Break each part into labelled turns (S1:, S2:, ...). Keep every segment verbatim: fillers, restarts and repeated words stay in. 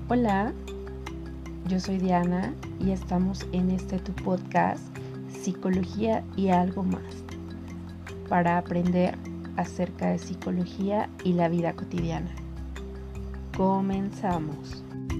S1: Hola, yo soy Diana y estamos en este tu podcast Psicología y algo más para aprender acerca de psicología y la vida cotidiana. Comenzamos.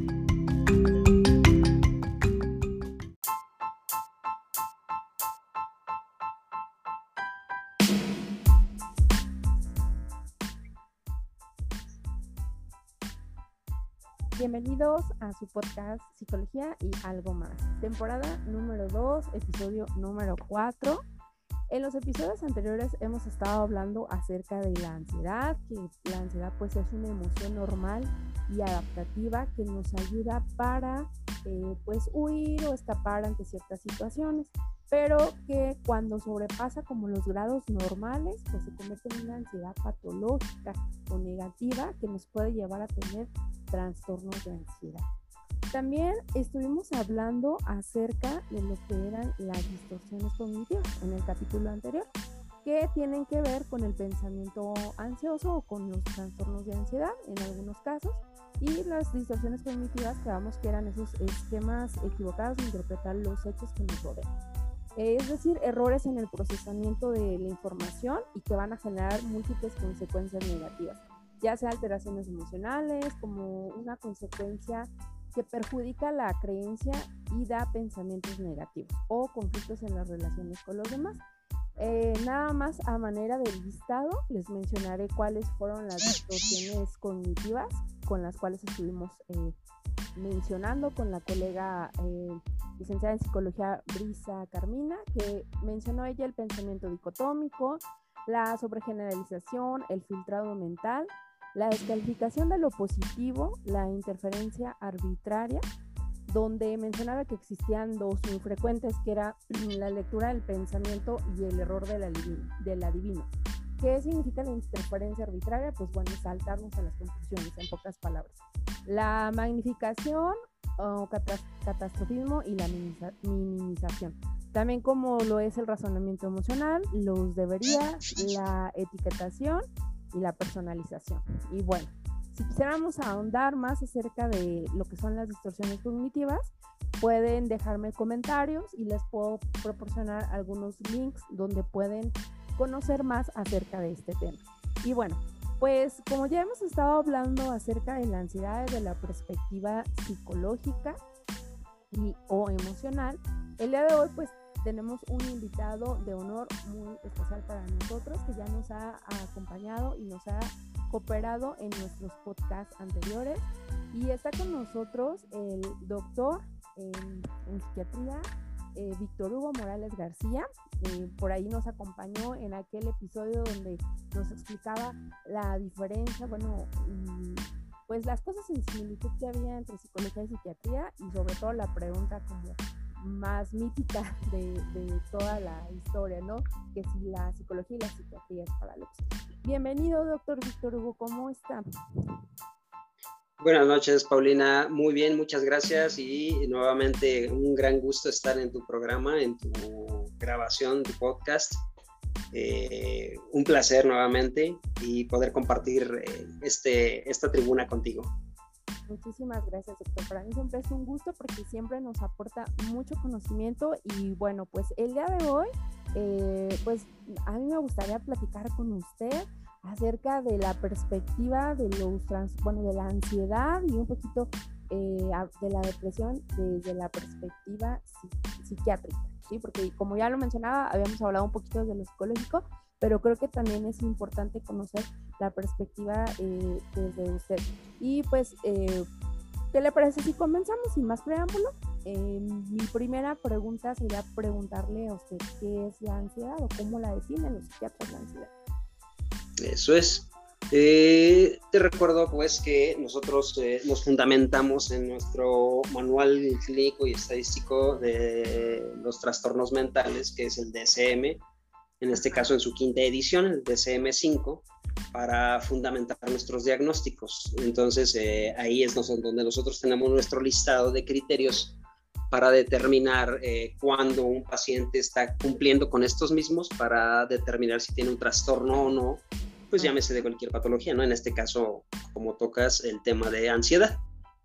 S1: Bienvenidos a su podcast Psicología y algo más, temporada número dos, episodio número cuatro. En los episodios anteriores hemos estado hablando acerca de la ansiedad, que la ansiedad pues es una emoción normal y adaptativa que nos ayuda para eh, pues huir o escapar ante ciertas situaciones, pero que cuando sobrepasa como los grados normales pues se convierte en una ansiedad patológica o negativa que nos puede llevar a tener trastornos de ansiedad. También estuvimos hablando acerca de lo que eran las distorsiones cognitivas en el capítulo anterior, que tienen que ver con el pensamiento ansioso o con los trastornos de ansiedad en algunos casos, y las distorsiones cognitivas que vamos que eran esos esquemas equivocados de interpretar los hechos que nos rodean. Es decir, errores en el procesamiento de la información y que van a generar múltiples consecuencias negativas, ya sea alteraciones emocionales como una consecuencia que perjudica la creencia y da pensamientos negativos o conflictos en las relaciones con los demás. Eh, nada más a manera de listado les mencionaré cuáles fueron las distorsiones cognitivas con las cuales estuvimos eh, mencionando con la colega eh, licenciada en psicología Brisa Carmina, que mencionó ella el pensamiento dicotómico, la sobregeneralización, el filtrado mental, la descalificación de lo positivo, la interferencia arbitraria, donde mencionaba que existían dos muy frecuentes, que era la lectura del pensamiento y el error del adivino. Del adivino. ¿Qué significa la interferencia arbitraria? Pues bueno, saltarnos a las conclusiones, en pocas palabras. La magnificación o catastrofismo y la minimización. También como lo es el razonamiento emocional, los deberías, la etiquetación y la personalización. Y bueno, si quisiéramos ahondar más acerca de lo que son las distorsiones cognitivas, pueden dejarme comentarios y les puedo proporcionar algunos links donde pueden conocer más acerca de este tema. Y bueno, pues como ya hemos estado hablando acerca de la ansiedad desde la perspectiva psicológica y o emocional, el día de hoy pues tenemos un invitado de honor muy especial para nosotros que ya nos ha acompañado y nos ha cooperado en nuestros podcasts anteriores, y está con nosotros el doctor en, en psiquiatría eh, Víctor Hugo Morales García. Eh, por ahí nos acompañó en aquel episodio donde nos explicaba la diferencia, bueno, y pues las cosas en similitud que había entre psicología y psiquiatría, y sobre todo la pregunta como más mítica de, de toda la historia, ¿no? Que si la psicología y la psiquiatría es para locos. Bienvenido, doctor Víctor Hugo, ¿cómo está?
S2: Buenas noches, Paulina. Muy bien, muchas gracias, y nuevamente un gran gusto estar en tu programa, en tu grabación, tu podcast. Eh, un placer nuevamente y poder compartir eh, este, esta tribuna contigo.
S1: Muchísimas gracias, doctor. Para mí siempre es un gusto porque siempre nos aporta mucho conocimiento, y bueno, pues el día de hoy, eh, pues a mí me gustaría platicar con usted acerca de la perspectiva de los trans, bueno, de la ansiedad y un poquito eh, de la depresión desde la perspectiva psi- psiquiátrica, ¿sí? Porque como ya lo mencionaba, habíamos hablado un poquito de lo psicológico, pero creo que también es importante conocer la perspectiva eh, desde usted. Y pues, eh, ¿qué le parece si comenzamos sin más preámbulo? Eh, mi primera pregunta sería preguntarle a usted qué es la ansiedad o cómo la definen los psiquiatras la ansiedad.
S2: Eso es. Eh, te recuerdo pues que nosotros eh, nos fundamentamos en nuestro manual clínico y estadístico de los trastornos mentales, que es el D S M, en este caso en su quinta edición, el D S M cinco, para fundamentar nuestros diagnósticos. Entonces eh, ahí es donde nosotros tenemos nuestro listado de criterios para determinar eh, cuándo un paciente está cumpliendo con estos mismos, para determinar si tiene un trastorno o no, pues llámese de cualquier patología, ¿no? En este caso, como tocas el tema de ansiedad.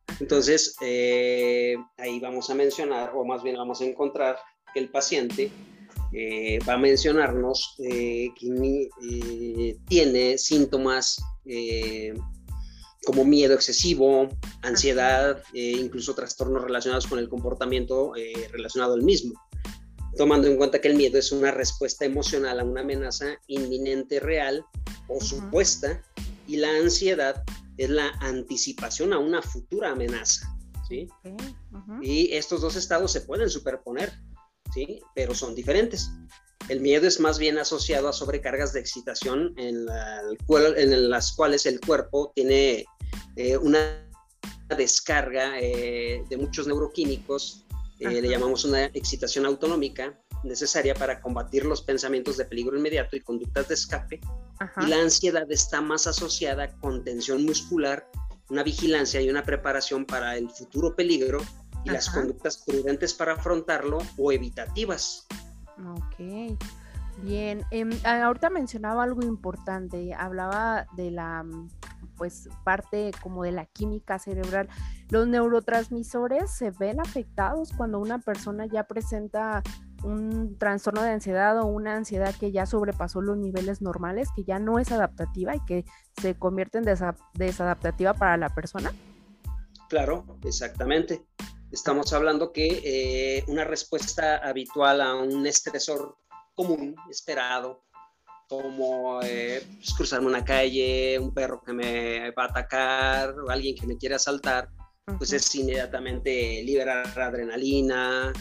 S2: Entonces, eh, ahí vamos a mencionar, o más bien vamos a encontrar que el paciente eh, va a mencionarnos eh, que eh, tiene síntomas eh, como miedo excesivo, ansiedad, eh, incluso trastornos relacionados con el comportamiento eh, relacionado al mismo, tomando en cuenta que el miedo es una respuesta emocional a una amenaza inminente, real o uh-huh. supuesta, y la ansiedad es la anticipación a una futura amenaza, ¿sí? Okay. Uh-huh. Y estos dos estados se pueden superponer, ¿sí? Pero son diferentes. El miedo es más bien asociado a sobrecargas de excitación en, la, en las cuales el cuerpo tiene eh, una descarga eh, de muchos neuroquímicos, eh, le llamamos una excitación autonómica, necesaria para combatir los pensamientos de peligro inmediato y conductas de escape. Ajá. Y la ansiedad está más asociada con tensión muscular, una vigilancia y una preparación para el futuro peligro y Ajá. las conductas prudentes para afrontarlo o evitativas.
S1: Ok, bien. Eh, ahorita mencionaba algo importante, hablaba de la pues parte como de la química cerebral. ¿Los neurotransmisores se ven afectados cuando una persona ya presenta un trastorno de ansiedad o una ansiedad que ya sobrepasó los niveles normales, que ya no es adaptativa y que se convierte en desa- desadaptativa para la persona?
S2: Claro, exactamente. Estamos hablando que eh, una respuesta habitual a un estresor común, esperado, como eh, pues, cruzarme una calle, un perro que me va a atacar o alguien que me quiere asaltar, uh-huh. pues es inmediatamente liberar adrenalina,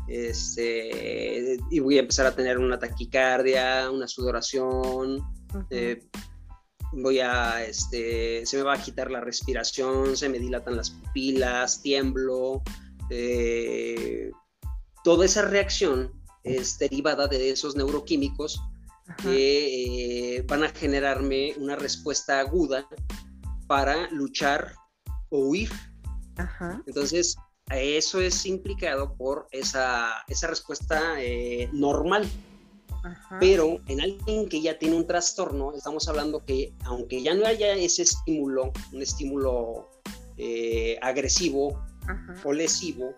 S2: este, y voy a empezar a tener una taquicardia, una sudoración, uh-huh. eh, voy a, este, se me va a agitar la respiración, se me dilatan las pupilas, tiemblo, eh, toda esa reacción es derivada de esos neuroquímicos Ajá. que eh, van a generarme una respuesta aguda para luchar o huir. Ajá. Entonces, eso es implicado por esa, esa respuesta eh, normal. Ajá. Pero en alguien que ya tiene un trastorno, estamos hablando que aunque ya no haya ese estímulo, un estímulo eh, agresivo Ajá. o lesivo,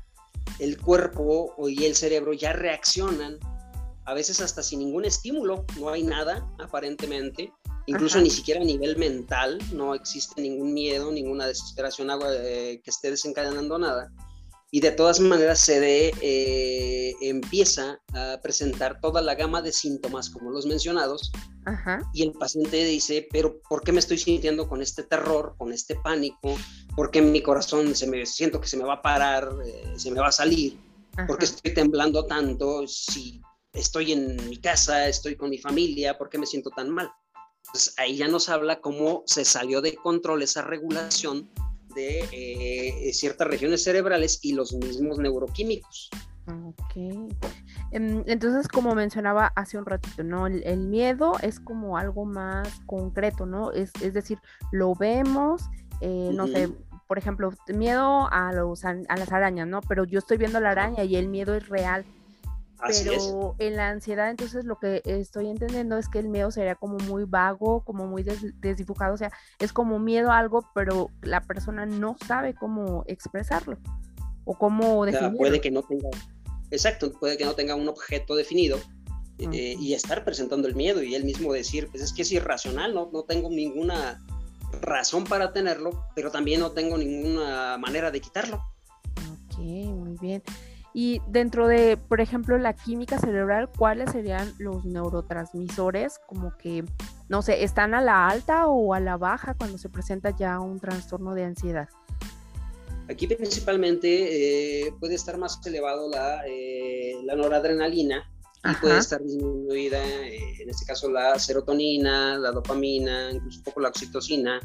S2: el cuerpo y el cerebro ya reaccionan, a veces hasta sin ningún estímulo, no hay nada aparentemente, incluso Ajá. ni siquiera a nivel mental, no existe ningún miedo, ninguna desesperación eh, que esté desencadenando nada. Y de todas maneras se de, eh, empieza a presentar toda la gama de síntomas como los mencionados. Ajá. Y el paciente dice, pero ¿por qué me estoy sintiendo con este terror, con este pánico? ¿Por qué mi corazón se me, siento que se me va a parar, eh, se me va a salir? Ajá. ¿Por qué estoy temblando tanto? Si estoy en mi casa, estoy con mi familia, ¿por qué me siento tan mal? Entonces ahí ya nos habla cómo se salió de control esa regulación de eh, ciertas regiones cerebrales y los mismos neuroquímicos.
S1: Ok. Entonces, como mencionaba hace un ratito, ¿no? El, el miedo es como algo más concreto, ¿no? Es, es decir, lo vemos, eh, no uh-huh. sé, por ejemplo, miedo a, los, a las arañas, ¿no? Pero yo estoy viendo la araña y el miedo es real.
S2: Así
S1: Pero
S2: es.
S1: En la ansiedad, entonces lo que estoy entendiendo es que el miedo sería como muy vago, como muy des- desdibujado, o sea, es como miedo a algo, pero la persona no sabe cómo expresarlo o cómo definirlo.
S2: O sea, puede que no tenga, exacto, puede que no tenga un objeto definido uh-huh. eh, y estar presentando el miedo y él mismo decir, pues es que es irracional, no, no tengo ninguna razón para tenerlo, pero también no tengo ninguna manera de quitarlo.
S1: Ok, muy bien. Y dentro de, por ejemplo, la química cerebral, ¿cuáles serían los neurotransmisores? Como que, no sé, ¿están a la alta o a la baja cuando se presenta ya un trastorno de ansiedad?
S2: Aquí principalmente eh, puede estar más elevado la, eh, la noradrenalina y Ajá. puede estar disminuida, eh, en este caso, la serotonina, la dopamina, incluso un poco la oxitocina.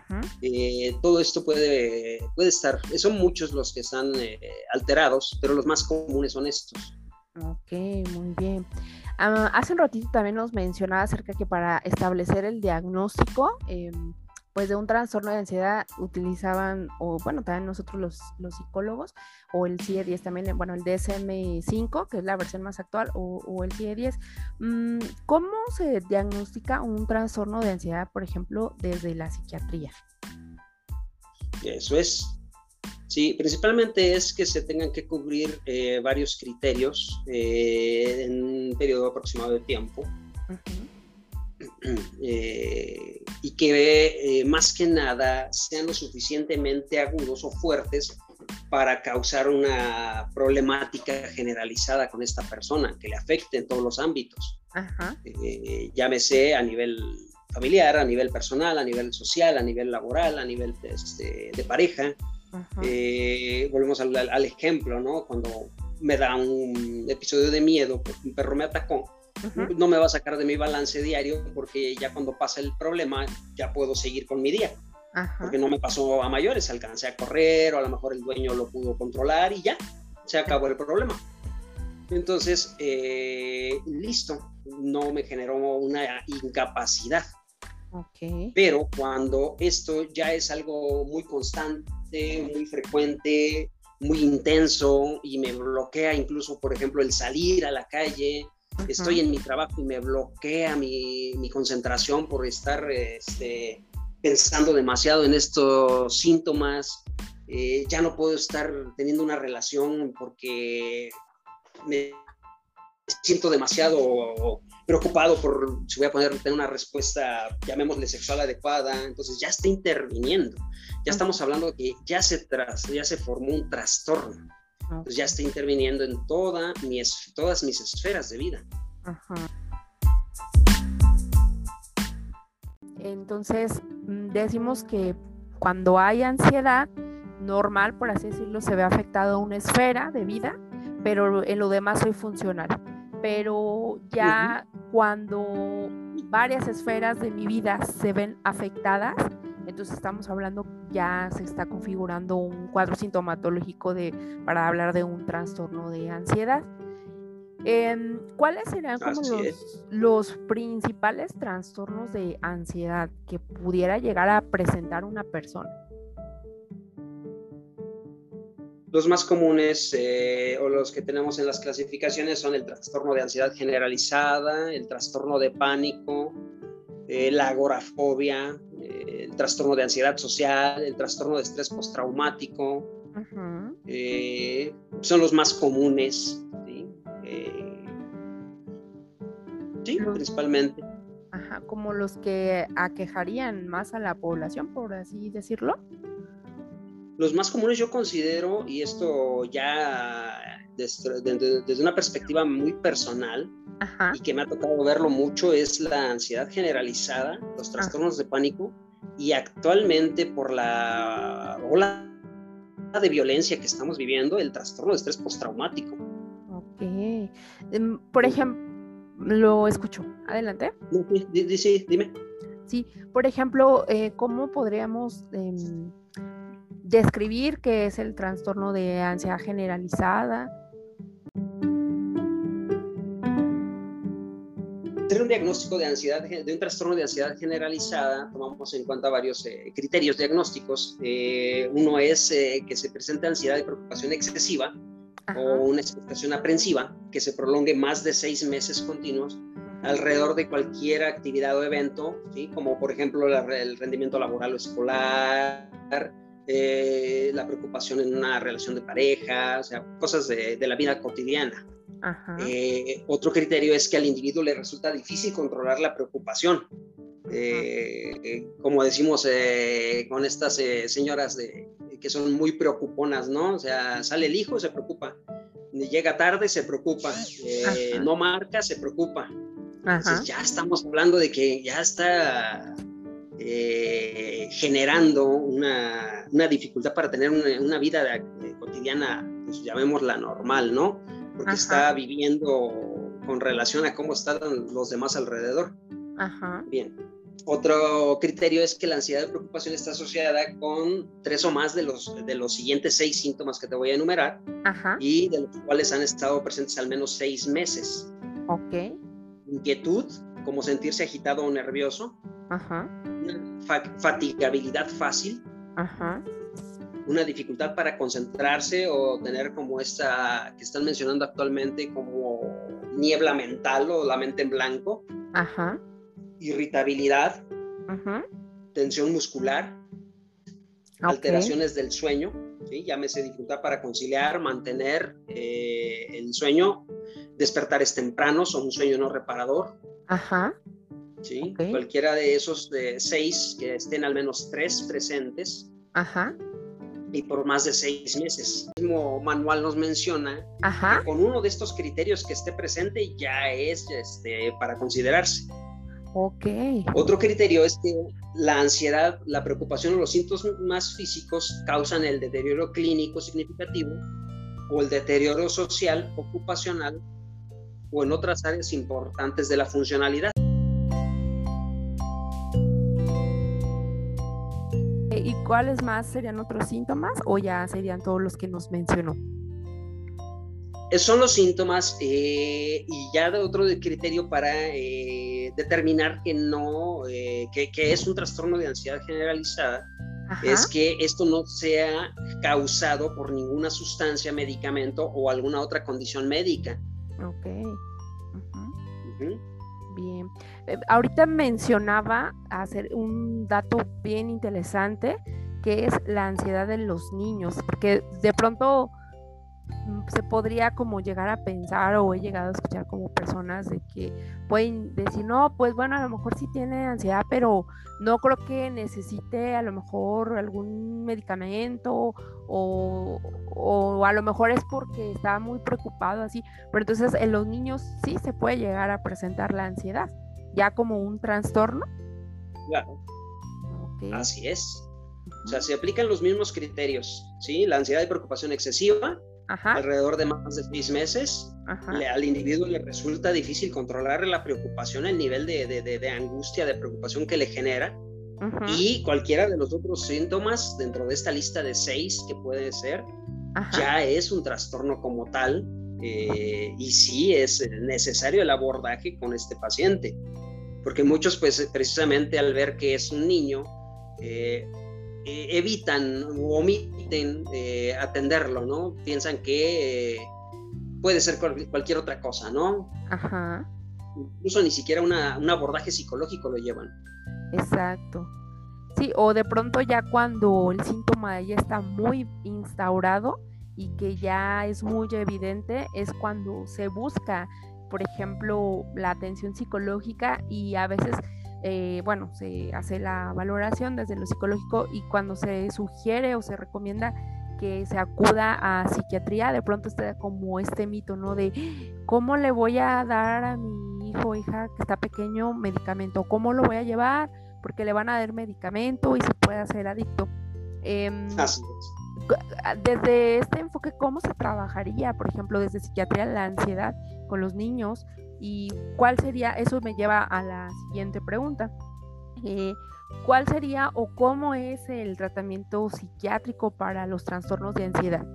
S2: Eh, todo esto puede, puede estar, son muchos los que están eh, alterados, pero los más comunes son estos.
S1: Ok, muy bien. Uh, hace un ratito también nos mencionaba acerca que para establecer el diagnóstico eh, pues de un trastorno de ansiedad utilizaban, o bueno, también nosotros los, los psicólogos, o el C I E diez también, bueno, el D S M cinco, que es la versión más actual, o, o el C I E diez. Mm, ¿Cómo se diagnostica un trastorno de ansiedad, por ejemplo, desde la psiquiatría?
S2: Eso es. Sí, principalmente es que se tengan que cubrir eh, varios criterios eh, en un periodo aproximado de tiempo. Uh-huh. eh, y que eh, más que nada sean lo suficientemente agudos o fuertes para causar una problemática generalizada con esta persona, que le afecte en todos los ámbitos. Uh-huh. Eh, llámese a nivel familiar, a nivel personal, a nivel social, a nivel laboral, a nivel este, de pareja. Uh-huh. Eh, volvemos al, al ejemplo, ¿no? Cuando me da un episodio de miedo porque un perro me atacó, uh-huh. no me va a sacar de mi balance diario, porque ya cuando pasa el problema ya puedo seguir con mi día. Uh-huh. Porque no me pasó a mayores, alcancé a correr, o a lo mejor el dueño lo pudo controlar y ya, se acabó el problema. Entonces, eh, listo, no me generó una incapacidad. Okay. Pero cuando esto ya es algo muy constante, muy frecuente, muy intenso, y me bloquea incluso, por ejemplo, el salir a la calle, uh-huh. estoy en mi trabajo y me bloquea mi, mi concentración por estar este, pensando demasiado en estos síntomas, eh, ya no puedo estar teniendo una relación porque me siento demasiado preocupado por si voy a poder tener una respuesta, llamémosle sexual adecuada. Entonces ya está interviniendo, ya estamos hablando de que ya se, tras, ya se formó un trastorno, entonces ya está interviniendo en toda mi, todas mis esferas de vida.
S1: Ajá. Entonces decimos que cuando hay ansiedad normal, por así decirlo, se ve afectada una esfera de vida, pero en lo demás soy funcional. Pero ya uh-huh. cuando varias esferas de mi vida se ven afectadas, entonces estamos hablando, ya se está configurando un cuadro sintomatológico de, para hablar de un trastorno de ansiedad. Eh, ¿Cuáles serían como los, los principales trastornos de ansiedad que pudiera llegar a presentar una persona?
S2: Los más comunes eh, o los que tenemos en las clasificaciones son el trastorno de ansiedad generalizada, el trastorno de pánico, eh, la agorafobia, eh, el trastorno de ansiedad social, el trastorno de estrés postraumático. Uh-huh. eh, son los más comunes, ¿sí? Eh, sí, los, principalmente.
S1: Ajá, como los que aquejarían más a la población, por así decirlo.
S2: Los más comunes yo considero, y esto ya desde, desde, desde una perspectiva muy personal, ajá. y que me ha tocado verlo mucho, es la ansiedad generalizada, los trastornos ajá. de pánico, y actualmente por la ola de violencia que estamos viviendo, el trastorno de estrés postraumático.
S1: Ok. Por ejemplo, lo escucho. Adelante.
S2: Sí, sí, sí, dime.
S1: Sí, por ejemplo, eh, ¿cómo podríamos... Eh, describir qué es el trastorno de ansiedad generalizada?
S2: Hacer un diagnóstico de ansiedad, de un trastorno de ansiedad generalizada, tomamos en cuenta varios eh, criterios diagnósticos. Eh, uno es eh, que se presente ansiedad y preocupación excesiva, ajá. o una expectación aprensiva que se prolongue más de seis meses continuos alrededor de cualquier actividad o evento, ¿sí? Como por ejemplo la, el rendimiento laboral o escolar, Eh, la preocupación en una relación de pareja, o sea, cosas de, de la vida cotidiana. Ajá. Eh, otro criterio es que al individuo le resulta difícil controlar la preocupación. Eh, como decimos eh, con estas eh, señoras de, que son muy preocuponas, ¿no? O sea, sale el hijo, se preocupa. Llega tarde, se preocupa. Eh, no marca, se preocupa. Ajá. Entonces ya estamos hablando de que ya está... Eh, generando una, una dificultad para tener una, una vida de, de cotidiana, pues llamémosla normal, ¿no? Porque ajá. está viviendo con relación a cómo están los demás alrededor. Ajá. Bien. Otro criterio es que la ansiedad y preocupación está asociada con tres o más de los, de los siguientes seis síntomas que te voy a enumerar, ajá. y de los cuales han estado presentes al menos seis meses.
S1: Ok.
S2: Inquietud, como sentirse agitado o nervioso. Ajá. Una fatigabilidad fácil, ajá. una dificultad para concentrarse o tener como esta que están mencionando actualmente como niebla mental o la mente en blanco, ajá. irritabilidad, ajá. tensión muscular, alteraciones del sueño, ¿sí? Llámese dificultad para conciliar, mantener eh, el sueño, despertares tempranos o un sueño no reparador.
S1: Ajá.
S2: ¿Sí?
S1: Okay.
S2: Cualquiera de esos de seis que estén al menos tres presentes.
S1: Ajá.
S2: Y por más de seis meses. El mismo manual nos menciona
S1: Ajá.
S2: que con uno de estos criterios que esté presente ya es este, para considerarse.
S1: Ok.
S2: Otro criterio es que la ansiedad, la preocupación o los síntomas físicos causan el deterioro clínico significativo o el deterioro social, ocupacional o en otras áreas importantes de la funcionalidad.
S1: ¿Y cuáles más serían otros síntomas o ya serían todos los que nos mencionó?
S2: Son los síntomas eh, y ya de otro criterio para eh, determinar que no, eh, que, que es un trastorno de ansiedad generalizada. Ajá. Es que esto no sea causado por ninguna sustancia, medicamento o alguna otra condición médica.
S1: Ok. Uh-huh. Uh-huh. Bien. Eh, ahorita mencionaba hacer un dato bien interesante que es la ansiedad de los niños, porque de pronto se podría como llegar a pensar o he llegado a escuchar como personas de que pueden decir, no, pues bueno, a lo mejor sí tiene ansiedad, pero no creo que necesite a lo mejor algún medicamento o, o a lo mejor es porque está muy preocupado así, pero entonces en los niños sí se puede llegar a presentar la ansiedad, ya como un trastorno.
S2: Claro, okay. Así es. O sea, se aplican los mismos criterios, ¿sí? La ansiedad y preocupación excesiva, Ajá. alrededor de más de seis meses, le, al individuo le resulta difícil controlar la preocupación, el nivel de, de, de, de angustia, de preocupación que le genera, Ajá. y cualquiera de los otros síntomas dentro de esta lista de seis que puede ser, Ajá. ya es un trastorno como tal, eh, y sí es necesario el abordaje con este paciente, porque muchos pues precisamente al ver que es un niño, eh, Eh, evitan o omiten eh, atenderlo, ¿no? Piensan que eh, puede ser cual, cualquier otra cosa, ¿no?
S1: Ajá.
S2: Incluso ni siquiera una, un abordaje psicológico lo llevan.
S1: Exacto. Sí, o de pronto ya cuando el síntoma ya está muy instaurado y que ya es muy evidente, es cuando se busca, por ejemplo, la atención psicológica y a veces... Eh, bueno, se hace la valoración desde lo psicológico y cuando se sugiere o se recomienda que se acuda a psiquiatría, de pronto está como este mito, ¿no? De cómo le voy a dar a mi hijo o hija que está pequeño medicamento, cómo lo voy a llevar, porque le van a dar medicamento y se puede hacer adicto. Eh,
S2: Así es.
S1: Desde este enfoque, ¿cómo se trabajaría, por ejemplo, desde psiquiatría la ansiedad con los niños? ¿Y cuál sería? Eso me lleva a la siguiente pregunta. Eh, ¿Cuál sería o cómo es el tratamiento psiquiátrico para los trastornos de ansiedad?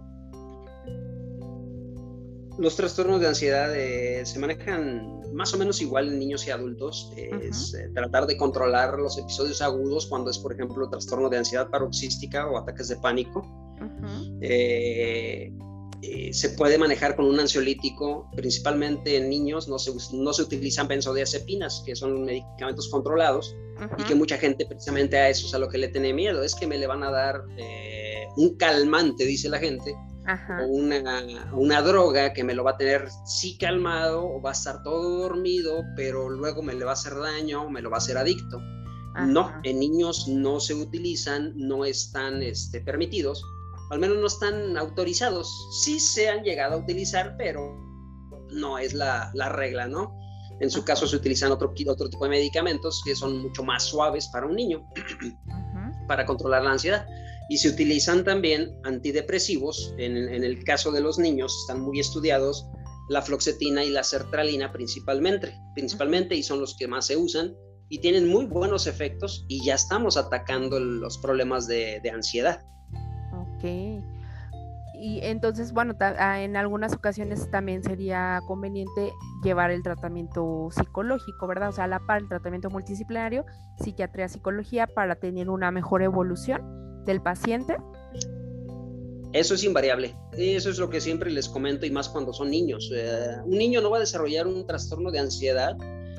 S2: Los trastornos de ansiedad eh, se manejan más o menos igual en niños y adultos. Uh-huh. Es eh, tratar de controlar los episodios agudos cuando es, por ejemplo, trastorno de ansiedad paroxística o ataques de pánico. Uh-huh. Eh, Eh, se puede manejar con un ansiolítico, principalmente en niños no se, no se utilizan benzodiazepinas, que son medicamentos controlados, uh-huh. y que mucha gente precisamente a eso es a lo que le tiene miedo, es que me le van a dar eh, un calmante, dice la gente, uh-huh. o una, una droga que me lo va a tener sí calmado, o va a estar todo dormido, pero luego me le va a hacer daño, o me lo va a hacer adicto. Uh-huh. No, en niños no se utilizan, no están este, permitidos, al menos no están autorizados. Sí se han llegado a utilizar, pero no es la, la regla, ¿no? En su caso se utilizan otro, otro tipo de medicamentos que son mucho más suaves para un niño, uh-huh. para controlar la ansiedad. Y se utilizan también antidepresivos. En, en el caso de los niños están muy estudiados la fluoxetina y la sertralina principalmente, principalmente uh-huh. y son los que más se usan y tienen muy buenos efectos y ya estamos atacando los problemas de, de ansiedad.
S1: Ok, y entonces, bueno, ta- en algunas ocasiones también sería conveniente llevar el tratamiento psicológico, ¿verdad? O sea, a la par el tratamiento multidisciplinario, psiquiatría, psicología, para tener una mejor evolución del paciente.
S2: Eso es invariable, eso es lo que siempre les comento y más cuando son niños. Eh, un niño no va a desarrollar un trastorno de ansiedad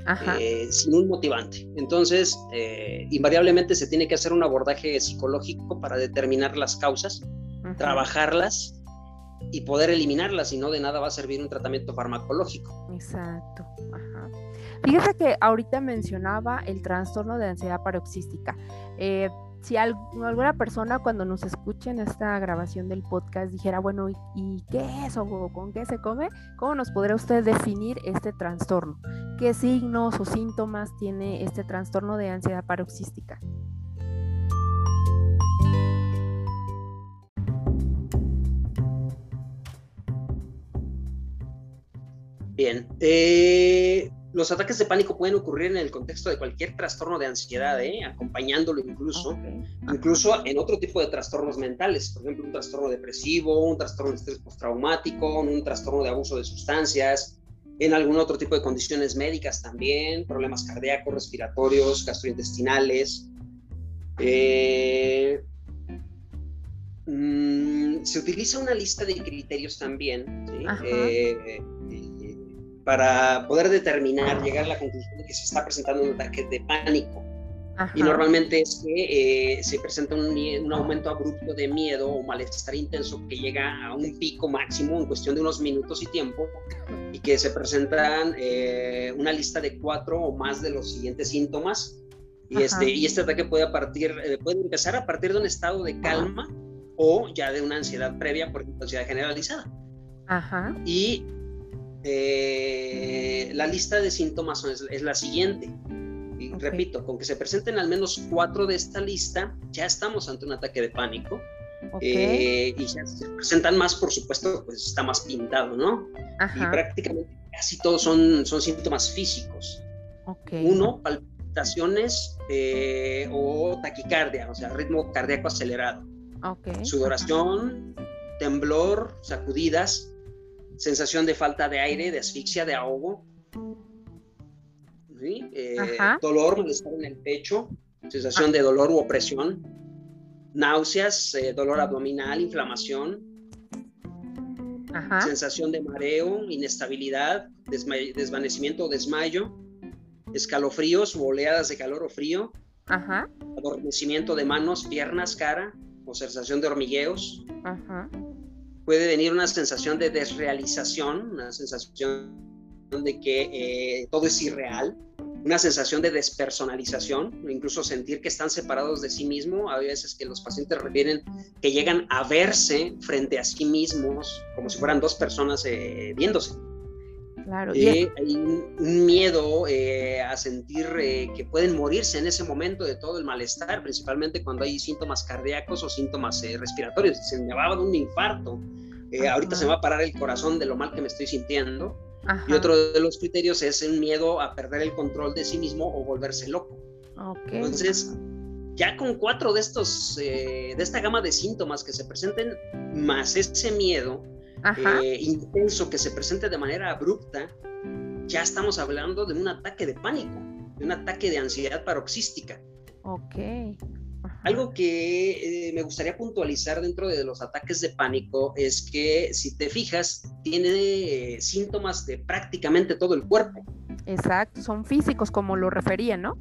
S2: eh, sin un motivante. Entonces, eh, invariablemente se tiene que hacer un abordaje psicológico para determinar las causas, uh-huh. trabajarlas y poder eliminarlas, si no de nada va a servir un tratamiento farmacológico.
S1: Exacto. Ajá. Fíjese que ahorita mencionaba el trastorno de ansiedad paroxística. Eh, si alguna persona cuando nos escuche en esta grabación del podcast dijera, bueno, ¿y, y qué es o con qué se come? ¿Cómo nos podría usted definir este trastorno? ¿Qué signos o síntomas tiene este trastorno de ansiedad paroxística?
S2: Bien, eh, los ataques de pánico pueden ocurrir en el contexto de cualquier trastorno de ansiedad, ¿eh? acompañándolo incluso, okay. incluso en otro tipo de trastornos mentales, por ejemplo, un trastorno depresivo, un trastorno de estrés postraumático, un trastorno de abuso de sustancias, en algún otro tipo de condiciones médicas también, problemas cardíacos, respiratorios, gastrointestinales. Eh, mmm, se utiliza una lista de criterios también, ¿sí? eh, para poder determinar, llegar a la conclusión de que se está presentando un ataque de pánico. Ajá. Y normalmente es que eh, se presenta un, un aumento abrupto de miedo o malestar intenso que llega a un pico máximo en cuestión de unos minutos y tiempo, y que se presentan eh, una lista de cuatro o más de los siguientes síntomas, y este, y este ataque puede, a partir, eh, puede empezar a partir de un estado de calma o ya de una ansiedad previa, por ejemplo, ansiedad generalizada.
S1: Ajá.
S2: Y Eh, la lista de síntomas es, es la siguiente, y okay. repito, con que se presenten al menos cuatro de esta lista, ya estamos ante un ataque de pánico. Okay. Eh, y ya se presentan más, por supuesto, pues está más pintado, ¿no? Ajá. Y prácticamente casi todos son, son síntomas físicos.
S1: Okay.
S2: Uno, palpitaciones eh, o taquicardia, o sea, ritmo cardíaco acelerado.
S1: Okay.
S2: Sudoración, ajá. temblor, sacudidas, sensación de falta de aire, de asfixia, de ahogo, ¿sí? eh, dolor, malestar en el pecho, sensación de dolor u opresión, náuseas, eh, dolor abdominal, inflamación,
S1: Ajá.
S2: sensación de mareo, inestabilidad, desma- desvanecimiento o desmayo, escalofríos o oleadas de calor o frío,
S1: Ajá.
S2: adormecimiento de manos, piernas, cara o sensación de hormigueos.
S1: Ajá.
S2: Puede venir una sensación de desrealización, una sensación de que eh, todo es irreal, una sensación de despersonalización, incluso sentir que están separados de sí mismos. Hay veces que los pacientes refieren que llegan a verse frente a sí mismos como si fueran dos personas eh, viéndose.
S1: Claro.
S2: Eh, hay un, un miedo eh, a sentir eh, que pueden morirse en ese momento de todo el malestar, principalmente cuando hay síntomas cardíacos o síntomas eh, respiratorios. Se me va a dar un infarto, eh, ahorita se me va a parar el corazón de lo mal que me estoy sintiendo. Ajá. Y otro de los criterios es el miedo a perder el control de sí mismo o volverse loco.
S1: Okay.
S2: Entonces, ya con cuatro de estos, eh, de esta gama de síntomas que se presenten, más ese miedo eh, intenso que se presente de manera abrupta, ya estamos hablando de un ataque de pánico, de un ataque de ansiedad paroxística.
S1: Ok. Ajá.
S2: Algo que eh, me gustaría puntualizar dentro de los ataques de pánico es que, si te fijas, tiene eh, síntomas de prácticamente todo el cuerpo.
S1: Exacto, son físicos como lo referían, ¿no?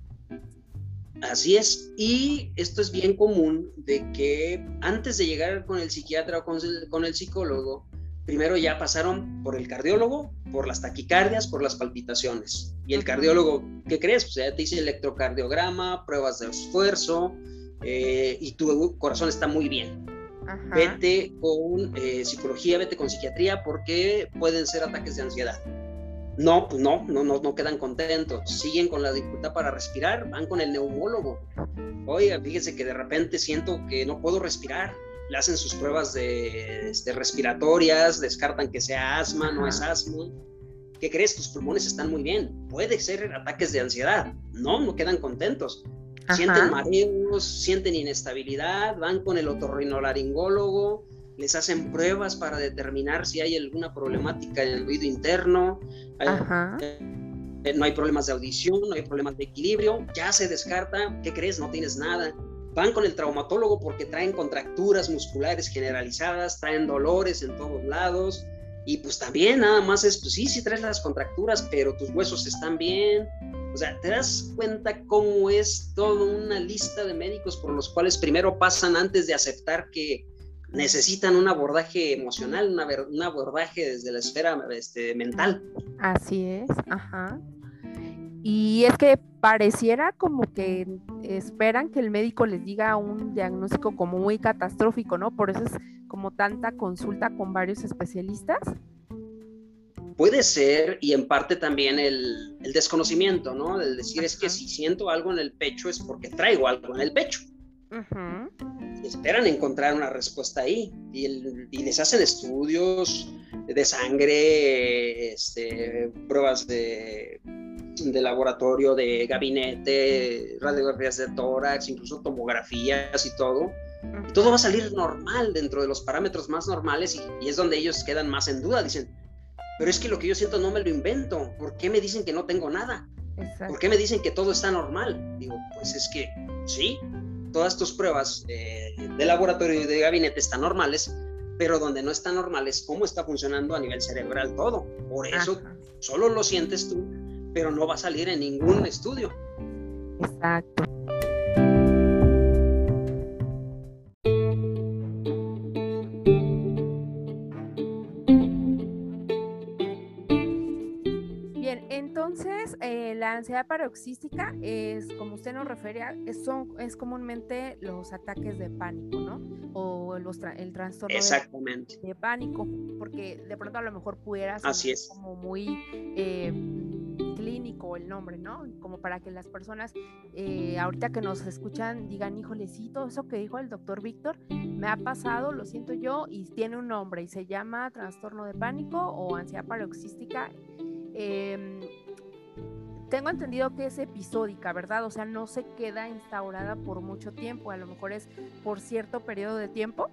S2: Así es, y esto es bien común de que antes de llegar con el psiquiatra o con el, con el psicólogo, primero ya pasaron por el cardiólogo, por las taquicardias, por las palpitaciones. Y el cardiólogo, ¿qué crees? Pues ya te hice electrocardiograma, pruebas de esfuerzo, eh, y tu corazón está muy bien. Ajá. Vete con eh, psicología, vete con psiquiatría, porque pueden ser ataques de ansiedad. No, pues no, no, no, no quedan contentos, siguen con la dificultad para respirar, van con el neumólogo. Oiga, fíjese que de repente siento que no puedo respirar, le hacen sus pruebas de, de respiratorias, descartan que sea asma, no es asma. ¿Qué crees? Tus pulmones están muy bien, puede ser ataques de ansiedad. No, no quedan contentos. Ajá. Sienten mareos, sienten inestabilidad, van con el otorrinolaringólogo, les hacen pruebas para determinar si hay alguna problemática en el oído interno,
S1: Ajá.
S2: Eh, no hay problemas de audición, no hay problemas de equilibrio, ya se descarta. ¿Qué crees? No tienes nada. Van con el traumatólogo porque traen contracturas musculares generalizadas, traen dolores en todos lados, Y pues también nada más es, pues sí, sí traes las contracturas, pero tus huesos están bien. O sea, te das cuenta cómo es toda una lista de médicos por los cuales primero pasan antes de aceptar que necesitan un abordaje emocional, una, un abordaje desde la esfera este, mental.
S1: Así es, ajá. Y es que pareciera como que esperan que el médico les diga un diagnóstico como muy catastrófico, ¿no? Por eso es como tanta consulta con varios especialistas.
S2: Puede ser, y en parte también el, el desconocimiento, ¿no? El decir, ajá, es que si siento algo en el pecho es porque traigo algo en el pecho.
S1: Uh-huh.
S2: Y esperan encontrar una respuesta ahí. Y, el, y les hacen estudios de sangre, este, pruebas de, de laboratorio, de gabinete, radiografías de tórax, incluso tomografías y todo. Uh-huh. Y todo va a salir normal dentro de los parámetros más normales, y, y es donde ellos quedan más en duda. Dicen, pero es que lo que yo siento no me lo invento. ¿Por qué me dicen que no tengo nada? Exacto. ¿Por qué me dicen que todo está normal? Digo, pues es que sí, todas tus pruebas eh, de laboratorio y de gabinete están normales, pero donde no están normales, cómo está funcionando a nivel cerebral todo. Por eso Ajá. solo lo sientes tú, pero no va a salir en ningún estudio.
S1: Exacto. Entonces, eh, la ansiedad paroxística es, como usted nos refiere, es, son, es comúnmente los ataques de pánico, ¿no? O los tra- el trastorno
S2: Exactamente.
S1: De, de pánico, porque de pronto a lo mejor pudiera ser
S2: Así es.
S1: como muy eh, clínico el nombre, ¿no? Como para que las personas, eh, ahorita que nos escuchan, digan, híjole, sí, todo eso que dijo el doctor Víctor, me ha pasado, lo siento yo, y tiene un nombre, y se llama trastorno de pánico o ansiedad paroxística. Eh, tengo entendido que es episódica, ¿verdad? O sea, no se queda instaurada por mucho tiempo, a lo mejor es por cierto periodo de tiempo.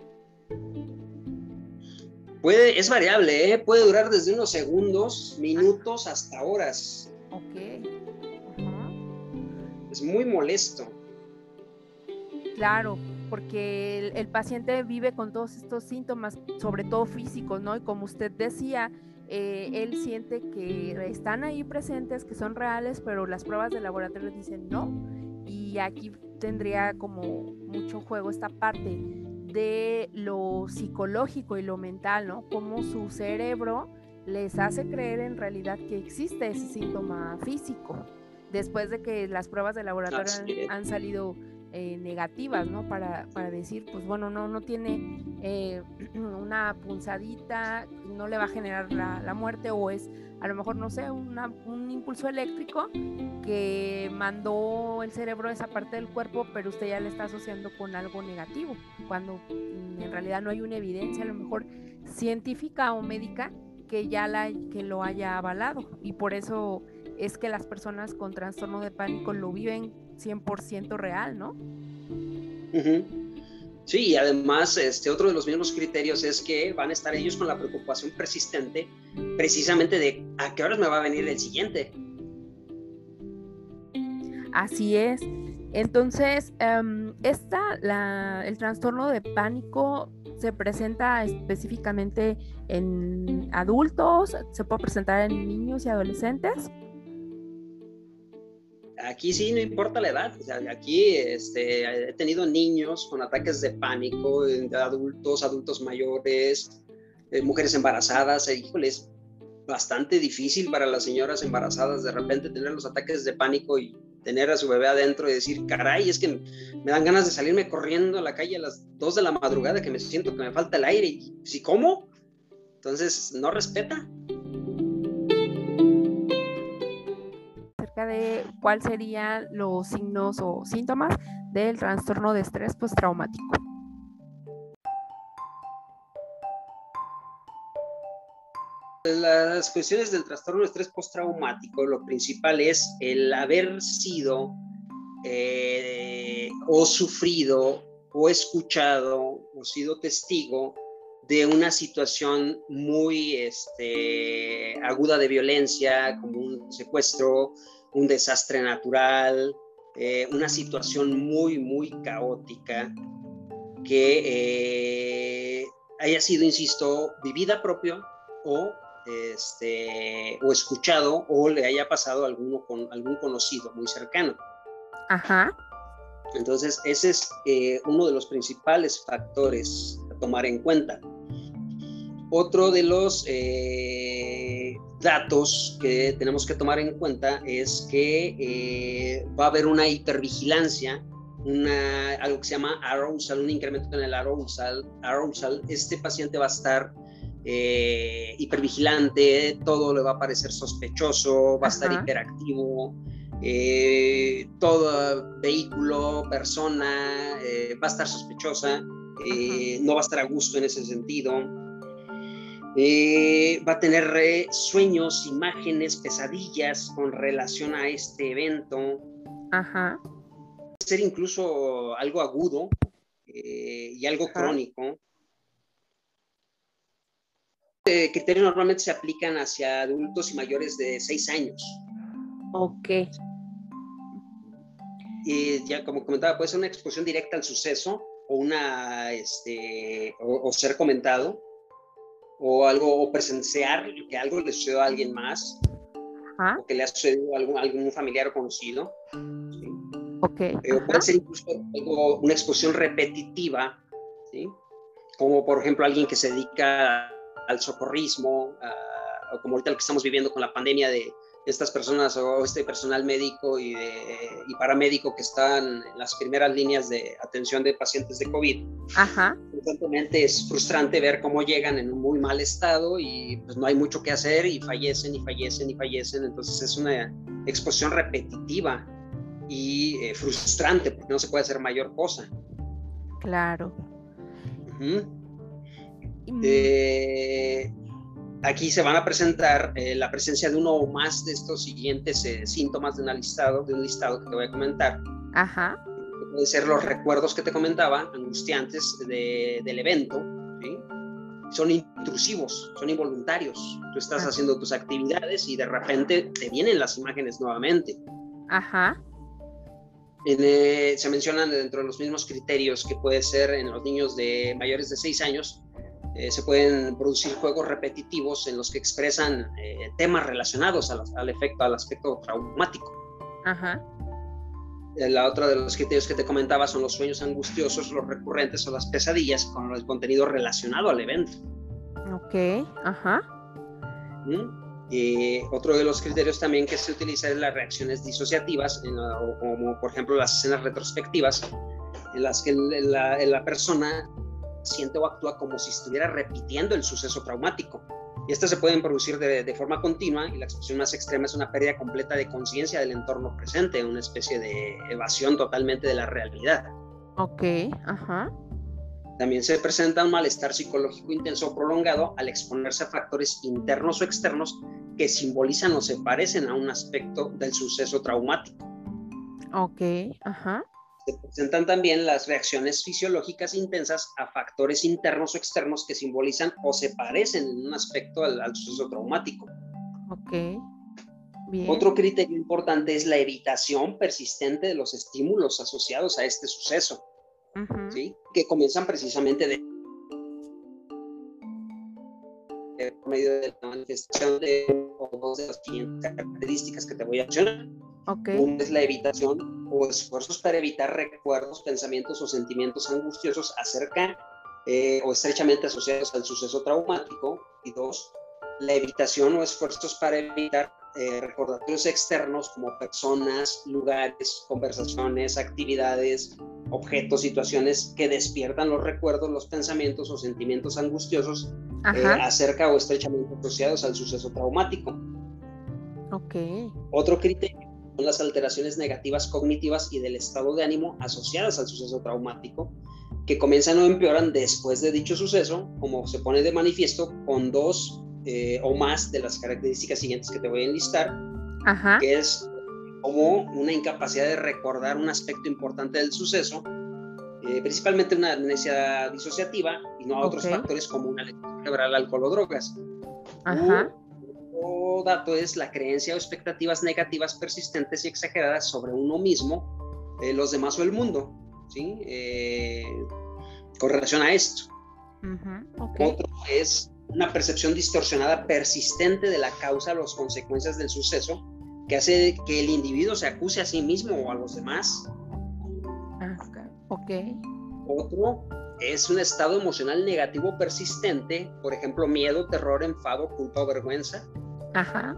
S2: Puede, es variable, ¿eh? Puede durar desde unos segundos, minutos, ah. hasta horas.
S1: Ok. Uh-huh.
S2: Es muy molesto.
S1: Claro, porque el, el paciente vive con todos estos síntomas, sobre todo físicos, ¿no? Y como usted decía, Eh, él siente que están ahí presentes, que son reales, pero las pruebas de laboratorio dicen no, y aquí tendría como mucho juego esta parte de lo psicológico y lo mental, ¿no? Cómo su cerebro les hace creer en realidad que existe ese síntoma físico, después de que las pruebas de laboratorio han, han salido eh, negativas, ¿no? Para, para decir, pues bueno, no, no tiene eh, una punzadita, no le va a generar la, la muerte, o es a lo mejor, no sé, una, un impulso eléctrico que mandó el cerebro a esa parte del cuerpo, pero usted ya le está asociando con algo negativo, cuando en realidad no hay una evidencia, a lo mejor científica o médica, que ya la, que lo haya avalado, y por eso es que las personas con trastorno de pánico lo viven cien por ciento real, ¿no?
S2: Uh-huh. Sí, y además este, otro de los mismos criterios es que van a estar ellos con la preocupación persistente precisamente de a qué horas me va a venir el siguiente.
S1: Así es. Entonces, um, esta, la, el trastorno de pánico se presenta específicamente en adultos, se puede presentar en niños y adolescentes.
S2: Aquí sí, no importa la edad. O sea, aquí este, he tenido niños con ataques de pánico, adultos, adultos mayores, eh, mujeres embarazadas. Eh, híjole, es bastante difícil para las señoras embarazadas de repente tener los ataques de pánico y tener a su bebé adentro y decir, caray, es que me dan ganas de salirme corriendo a la calle a las dos de la madrugada, que me siento que me falta el aire. Y ¿sí, cómo? Entonces, no respeta.
S1: De cuáles serían los signos o síntomas del trastorno de estrés postraumático.
S2: Las cuestiones del trastorno de estrés postraumático, lo principal es el haber sido eh, o sufrido o escuchado o sido testigo de una situación muy este, aguda de violencia, como un secuestro, un desastre natural, eh, una situación muy, muy caótica que eh, haya sido, insisto, vivida propio o, este, o escuchado o le haya pasado a alguno con algún conocido muy cercano.
S1: Ajá.
S2: Entonces, ese es eh, uno de los principales factores a tomar en cuenta. Otro de los eh, datos que tenemos que tomar en cuenta es que eh, va a haber una hipervigilancia, una, algo que se llama arousal, un incremento en el arousal. arousal. Este paciente va a estar eh, hipervigilante, todo le va a parecer sospechoso, va a estar
S1: Ajá.
S2: hiperactivo, eh, todo vehículo, persona eh, va a estar sospechosa, eh, no va a estar a gusto en ese sentido. Eh, va a tener eh, sueños, imágenes, pesadillas con relación a este evento.
S1: Ajá.
S2: Puede ser incluso algo agudo eh, y algo
S1: Ajá.
S2: crónico. Eh, criterios normalmente se aplican hacia adultos y mayores de seis años.
S1: Ok.
S2: Y ya como comentaba, puede ser una exposición directa al suceso o una este o, o ser comentado, o algo, o presenciar que algo le sucedió a alguien más. Ajá. O que le ha sucedido a algún, algún familiar o conocido. ¿Sí?
S1: Ok.
S2: Eh, o puede ser incluso algo, una exposición repetitiva, ¿sí? Como por ejemplo alguien que se dedica al socorrismo, uh, o como ahorita lo que estamos viviendo con la pandemia de estas personas o este personal médico y, de, y paramédico que están en las primeras líneas de atención de pacientes de COVID.
S1: Ajá.
S2: Constantemente es frustrante ver cómo llegan en un muy mal estado y pues no hay mucho que hacer y fallecen y fallecen y fallecen. Entonces es una exposición repetitiva y eh, frustrante porque no se puede hacer mayor cosa.
S1: Claro.
S2: Uh-huh. Mm. Eh, aquí se van a presentar eh, la presencia de uno o más de estos siguientes eh, síntomas de, una listado, de un listado que te voy a comentar.
S1: Ajá.
S2: Pueden ser los recuerdos que te comentaba, angustiantes de, del evento, ¿sí? Son intrusivos, son involuntarios. Tú estás Ajá. haciendo tus actividades y de repente te vienen las imágenes nuevamente.
S1: Ajá.
S2: En, eh, se mencionan dentro de los mismos criterios que puede ser en los niños de mayores de seis años. Eh, se pueden producir juegos repetitivos en los que expresan eh, temas relacionados al, al efecto, al aspecto traumático.
S1: Ajá.
S2: La otra de los criterios que te comentaba son los sueños angustiosos, los recurrentes o las pesadillas con el contenido relacionado al evento.
S1: Ok, ajá.
S2: ¿Mm? Eh, otro de los criterios también que se utiliza es las reacciones disociativas, en la, o, como por ejemplo las escenas retrospectivas, en las que la, la persona siente o actúa como si estuviera repitiendo el suceso traumático. Y estas se pueden producir de, de forma continua, y la expresión más extrema es una pérdida completa de conciencia del entorno presente, una especie de evasión totalmente de la realidad.
S1: Ok, ajá.
S2: También se presenta un malestar psicológico intenso o prolongado al exponerse a factores internos o externos que simbolizan o se parecen a un aspecto del suceso traumático.
S1: Ok, ajá.
S2: Se presentan también las reacciones fisiológicas intensas a factores internos o externos que simbolizan o se parecen en un aspecto al, al suceso traumático.
S1: Ok, bien.
S2: Otro criterio importante es la evitación persistente de los estímulos asociados a este suceso, uh-huh. ¿sí? Que comienzan precisamente de por medio de la manifestación de dos de las siguientes características que te voy a mencionar.
S1: Okay.
S2: Una es la evitación o esfuerzos para evitar recuerdos, pensamientos o sentimientos angustiosos acerca eh, o estrechamente asociados al suceso traumático. Y dos, la evitación o esfuerzos para evitar eh, recordatorios externos como personas, lugares, conversaciones, actividades, objetos, situaciones que despiertan los recuerdos, los pensamientos o sentimientos angustiosos eh, acerca o estrechamente asociados al suceso traumático.
S1: Okay.
S2: Otro criterio son las alteraciones negativas cognitivas y del estado de ánimo asociadas al suceso traumático, que comienzan o empeoran después de dicho suceso, como se pone de manifiesto con dos eh, o más de las características siguientes que te voy a enlistar. Ajá. Que es como una incapacidad de recordar un aspecto importante del suceso, eh, principalmente una amnesia disociativa, y no a otros okay. factores como una lesión cerebral, alcohol o drogas.
S1: Ajá.
S2: Otro dato es la creencia o expectativas negativas persistentes y exageradas sobre uno mismo, eh, los demás o el mundo, ¿sí? Eh, con relación a esto.
S1: Uh-huh. Okay.
S2: Otro es una percepción distorsionada persistente de la causa o las consecuencias del suceso, que hace que el individuo se acuse a sí mismo o a los demás.
S1: Ah, ok.
S2: Otro es un estado emocional negativo persistente, por ejemplo, miedo, terror, enfado, culpa o vergüenza.
S1: Ajá.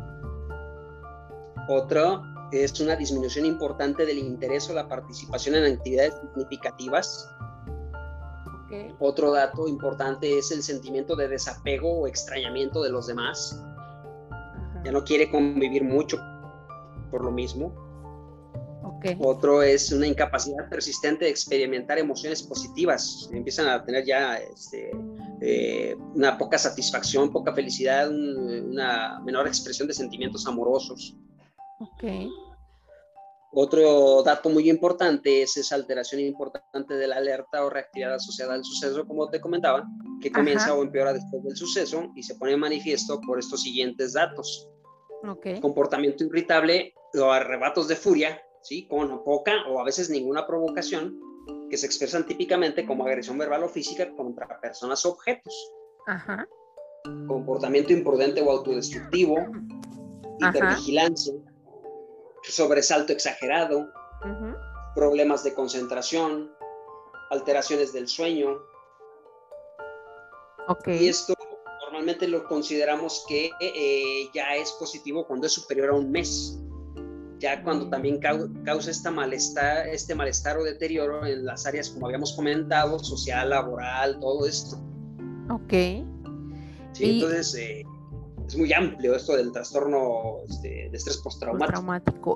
S2: Otro es una disminución importante del interés o la participación en actividades significativas.
S1: Okay.
S2: Otro dato importante es el sentimiento de desapego o extrañamiento de los demás. Ajá. Ya no quiere convivir mucho por lo mismo.
S1: Okay.
S2: Otro es una incapacidad persistente de experimentar emociones positivas. Empiezan a tener ya este, eh, una poca satisfacción, poca felicidad, un, una menor expresión de sentimientos amorosos.
S1: Okay.
S2: Otro dato muy importante es esa alteración importante de la alerta o reactividad asociada al suceso, como te comentaba, que comienza Ajá. o empeora después del suceso y se pone en manifiesto por estos siguientes datos.
S1: Okay.
S2: Comportamiento irritable o arrebatos de furia, ¿sí? Con poca o a veces ninguna provocación, que se expresan típicamente como agresión verbal o física contra personas o objetos.
S1: Ajá.
S2: Comportamiento imprudente o autodestructivo, hipervigilancia, sobresalto exagerado, uh-huh. problemas de concentración, alteraciones del sueño.
S1: Okay.
S2: Y esto normalmente lo consideramos que eh, ya es positivo cuando es superior a un mes. Ya cuando también causa esta malestar, este malestar o deterioro en las áreas, como habíamos comentado, social, laboral, todo esto.
S1: Ok.
S2: Sí, y... entonces eh, es muy amplio esto del trastorno este, de estrés postraumático.
S1: Postraumático.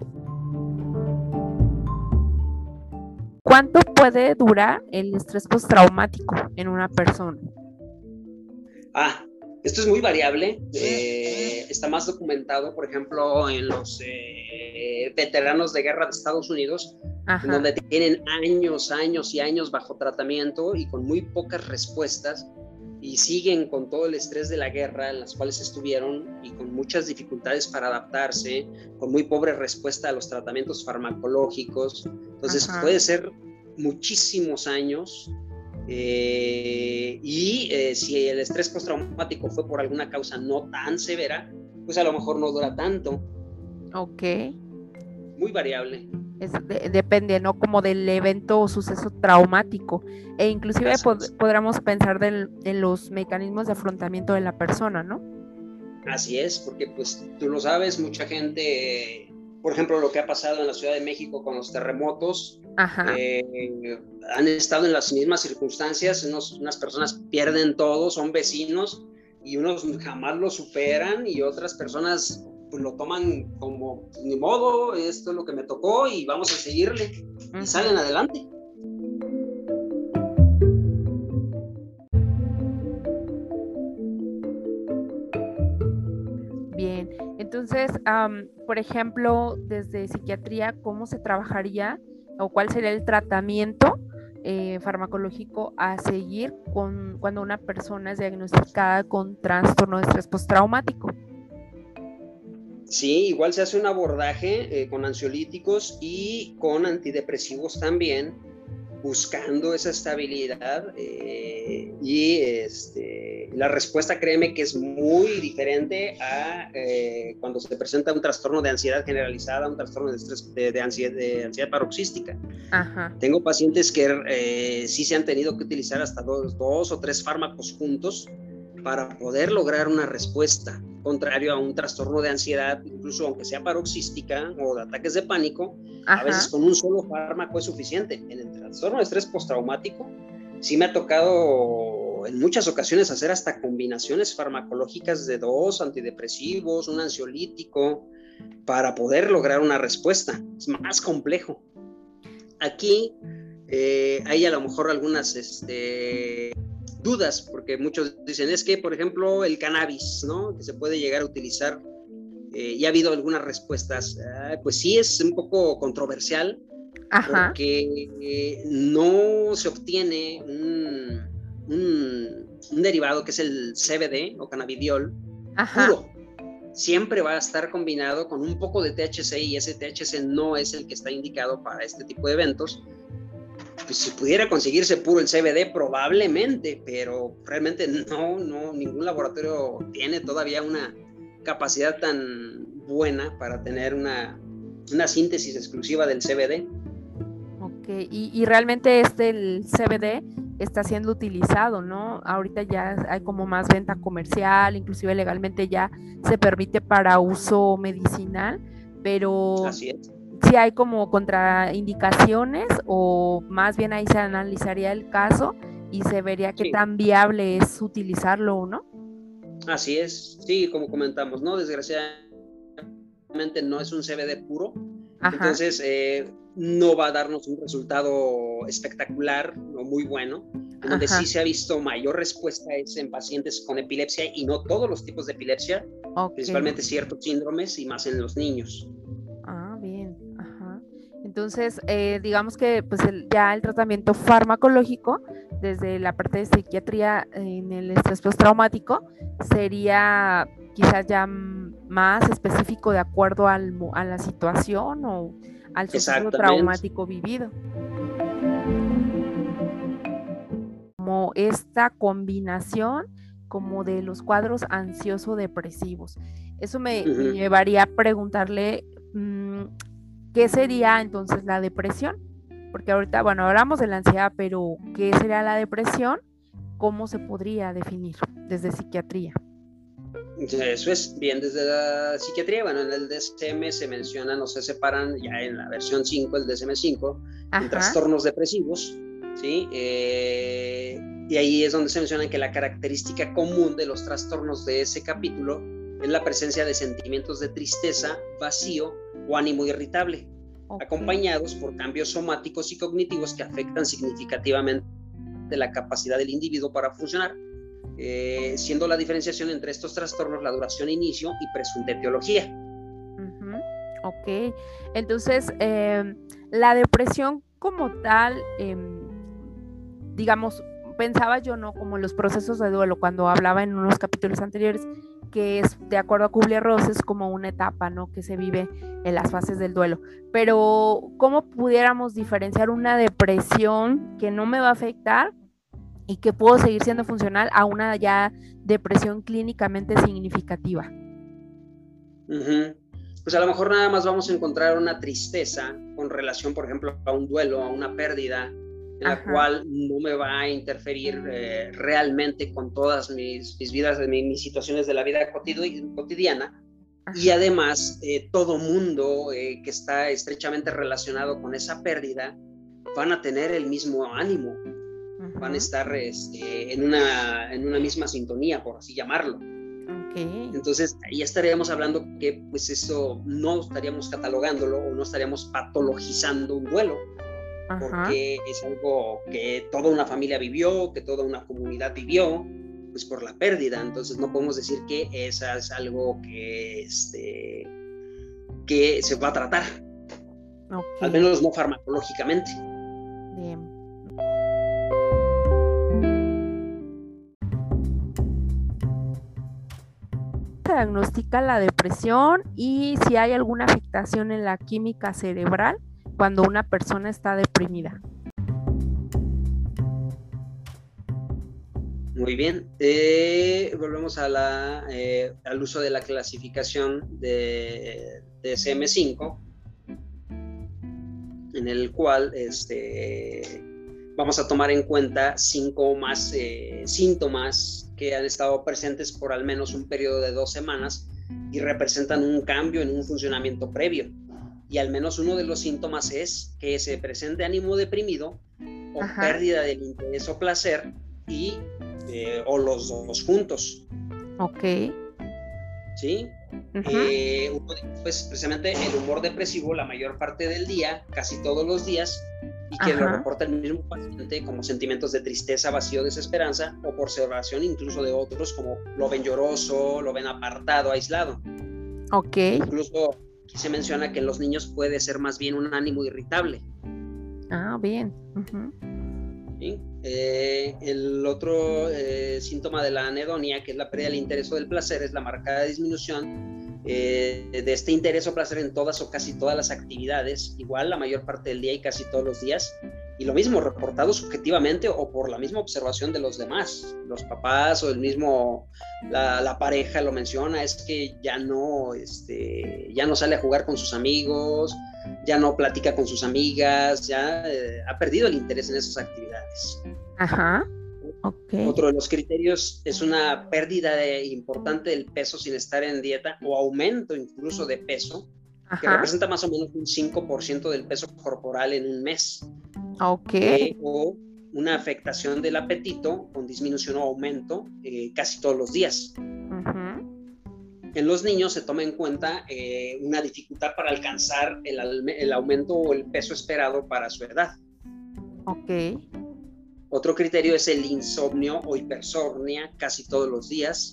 S1: ¿Cuánto puede durar el estrés postraumático en una persona?
S2: Ah, esto es muy variable, eh, está más documentado, por ejemplo, en los eh, veteranos de guerra de Estados Unidos, en donde tienen años, años y años bajo tratamiento y con muy pocas respuestas, y siguen con todo el estrés de la guerra en las cuales estuvieron y con muchas dificultades para adaptarse, con muy pobre respuesta a los tratamientos farmacológicos. Entonces Ajá. puede ser muchísimos años. Eh, y eh, si el estrés postraumático fue por alguna causa no tan severa, pues a lo mejor no dura tanto.
S1: Ok.
S2: Muy variable.
S1: Es de, depende, ¿no? Como del evento o suceso traumático. E inclusive pod- podríamos pensar del, en los mecanismos de afrontamiento de la persona, ¿no?
S2: Así es, porque pues tú lo sabes, mucha gente, por ejemplo, lo que ha pasado en la Ciudad de México con los terremotos, eh, han estado en las mismas circunstancias, unos, unas personas pierden todo, son vecinos, y unos jamás lo superan, y otras personas pues lo toman como, ni modo, esto es lo que me tocó, y vamos a seguirle, uh-huh. y salen adelante.
S1: Bien, entonces, um, por ejemplo, desde psiquiatría, ¿cómo se trabajaría o cuál sería el tratamiento eh, farmacológico a seguir con, cuando una persona es diagnosticada con trastorno de estrés postraumático?
S2: Sí, igual se hace un abordaje eh, con ansiolíticos y con antidepresivos también, buscando esa estabilidad eh, y este, la respuesta, créeme que es muy diferente a eh, cuando se presenta un trastorno de ansiedad generalizada, un trastorno de estrés de, de, ansiedad, de ansiedad paroxística.
S1: Ajá.
S2: Tengo pacientes que eh, sí se han tenido que utilizar hasta dos, dos o tres fármacos juntos para poder lograr una respuesta, contrario a un trastorno de ansiedad, incluso aunque sea paroxística o de ataques de pánico. Ajá. A veces con un solo fármaco es suficiente. En el trastorno de estrés postraumático sí me ha tocado en muchas ocasiones hacer hasta combinaciones farmacológicas de dos antidepresivos, un ansiolítico, para poder lograr una respuesta. Es más complejo. Aquí eh, hay a lo mejor algunas este, dudas, porque muchos dicen, es que, por ejemplo, el cannabis, ¿no? Que se puede llegar a utilizar, eh, y ha habido algunas respuestas, eh, pues sí es un poco controversial, Ajá. porque eh, no se obtiene un, un, un derivado que es el C B D o cannabidiol Ajá. puro. Siempre va a estar combinado con un poco de T H C y ese T H C no es el que está indicado para este tipo de eventos. pues si pudiera conseguirse puro el C B D, probablemente, pero realmente no, no, ningún laboratorio tiene todavía una capacidad tan buena para tener una, una síntesis exclusiva del C B D.
S1: Ok, y, y realmente este, el C B D está siendo utilizado, ¿no? Ahorita ya hay como más venta comercial, inclusive legalmente ya se permite para uso medicinal, pero
S2: Así es.
S1: sí hay como contraindicaciones, o más bien ahí se analizaría el caso y se vería qué
S2: Sí.
S1: tan viable es utilizarlo o no.
S2: Así es, sí, como comentamos, ¿no? Desgraciadamente no es un C B D puro,
S1: Ajá.
S2: Entonces eh, no va a darnos un resultado espectacular o muy bueno. En donde
S1: Ajá.
S2: sí se ha visto mayor respuesta es en pacientes con epilepsia, y no todos los tipos de epilepsia,
S1: Ok.
S2: principalmente ciertos síndromes y más en los niños.
S1: Ah, bien. Ajá. Entonces, eh, digamos que pues el, ya el tratamiento farmacológico desde la parte de psiquiatría en el estrés postraumático sería quizás ya más específico de acuerdo al, a la situación o al suceso traumático vivido. Como esta combinación como de los cuadros ansioso-depresivos. Eso me, uh-huh. me llevaría a preguntarle mmm, ¿qué sería entonces la depresión? Porque ahorita, bueno, hablamos de la ansiedad, pero ¿qué sería la depresión? ¿Cómo se podría definir desde psiquiatría?
S2: Eso es, bien, desde la psiquiatría, bueno, en el D S M se menciona, no se separan ya en la versión cinco, el D S M cinco, en trastornos depresivos, ¿sí? Eh, y ahí es donde se menciona que la característica común de los trastornos de ese capítulo es la presencia de sentimientos de tristeza, vacío o ánimo irritable, okay. acompañados por cambios somáticos y cognitivos que afectan significativamente la capacidad del individuo para funcionar. Eh, siendo la diferenciación entre estos trastornos la duración, inicio y presunta etiología.
S1: Uh-huh. Ok, entonces eh, la depresión como tal, eh, digamos, pensaba yo, ¿no? Como los procesos de duelo, cuando hablaba en unos capítulos anteriores, que es, de acuerdo a Kubler-Ross, es como una etapa, ¿no? Que se vive en las fases del duelo. Pero, ¿cómo pudiéramos diferenciar una depresión que no me va a afectar y que puedo seguir siendo funcional a una ya depresión clínicamente significativa?
S2: Uh-huh. Pues a lo mejor nada más vamos a encontrar una tristeza con relación, por ejemplo, a un duelo, a una pérdida, en la Ajá. cual no me va a interferir eh, realmente con todas mis, mis vidas, mis, mis situaciones de la vida cotidiana. Ajá. Y además, eh, todo mundo eh, que está estrechamente relacionado con esa pérdida van a tener el mismo ánimo. Uh-huh. Van a estar este, en, una, en una misma sintonía, por así llamarlo.
S1: Okay.
S2: Entonces, ahí estaríamos hablando que pues eso no estaríamos catalogándolo o no estaríamos patologizando un duelo, uh-huh. porque es algo que toda una familia vivió, que toda una comunidad vivió, pues por la pérdida. Entonces no podemos decir que esa es algo que, este, que se va a tratar, okay. al menos no farmacológicamente.
S1: Bien. Se diagnostica la depresión y si hay alguna afectación en la química cerebral cuando una persona está deprimida.
S2: Muy bien, eh, volvemos a la, eh, al uso de la clasificación de, de D S M cinco, en el cual este, vamos a tomar en cuenta cinco más eh, síntomas que han estado presentes por al menos un periodo de dos semanas y representan un cambio en un funcionamiento previo. Y al menos uno de los síntomas es que se presente ánimo deprimido o Ajá. pérdida del interés o placer y, eh, o los dos juntos.
S1: Ok.
S2: ¿Sí? Uh-huh. Eh, pues precisamente el humor depresivo la mayor parte del día, casi todos los días, y que Ajá. lo reporta el mismo paciente como sentimientos de tristeza, vacío, desesperanza, o por observación incluso de otros, como lo ven lloroso, lo ven apartado, aislado.
S1: Ok.
S2: Incluso aquí se menciona que en los niños puede ser más bien un ánimo irritable.
S1: Ah, bien. Uh-huh.
S2: ¿Sí? Eh, el otro eh, síntoma de la anedonia, que es la pérdida del interés o del placer, es la marcada disminución eh, de este interés o placer en todas o casi todas las actividades, igual la mayor parte del día y casi todos los días, Y lo mismo, reportado subjetivamente o por la misma observación de los demás. Los papás o el mismo, la, la pareja lo menciona, es que ya no, este, ya no sale a jugar con sus amigos, ya no platica con sus amigas, ya eh, ha perdido el interés en esas actividades.
S1: Ajá, ok.
S2: Otro de los criterios es una pérdida de, importante del peso sin estar en dieta o aumento incluso de peso,
S1: Ajá.
S2: que representa más o menos un cinco por ciento del peso corporal en un mes.
S1: Ok.
S2: Eh, o una afectación del apetito con disminución o aumento eh, casi todos los días.
S1: Uh-huh.
S2: En los niños se toma en cuenta eh, una dificultad para alcanzar el, el aumento o el peso esperado para su edad.
S1: Ok.
S2: Otro criterio es el insomnio o hipersomnia casi todos los días.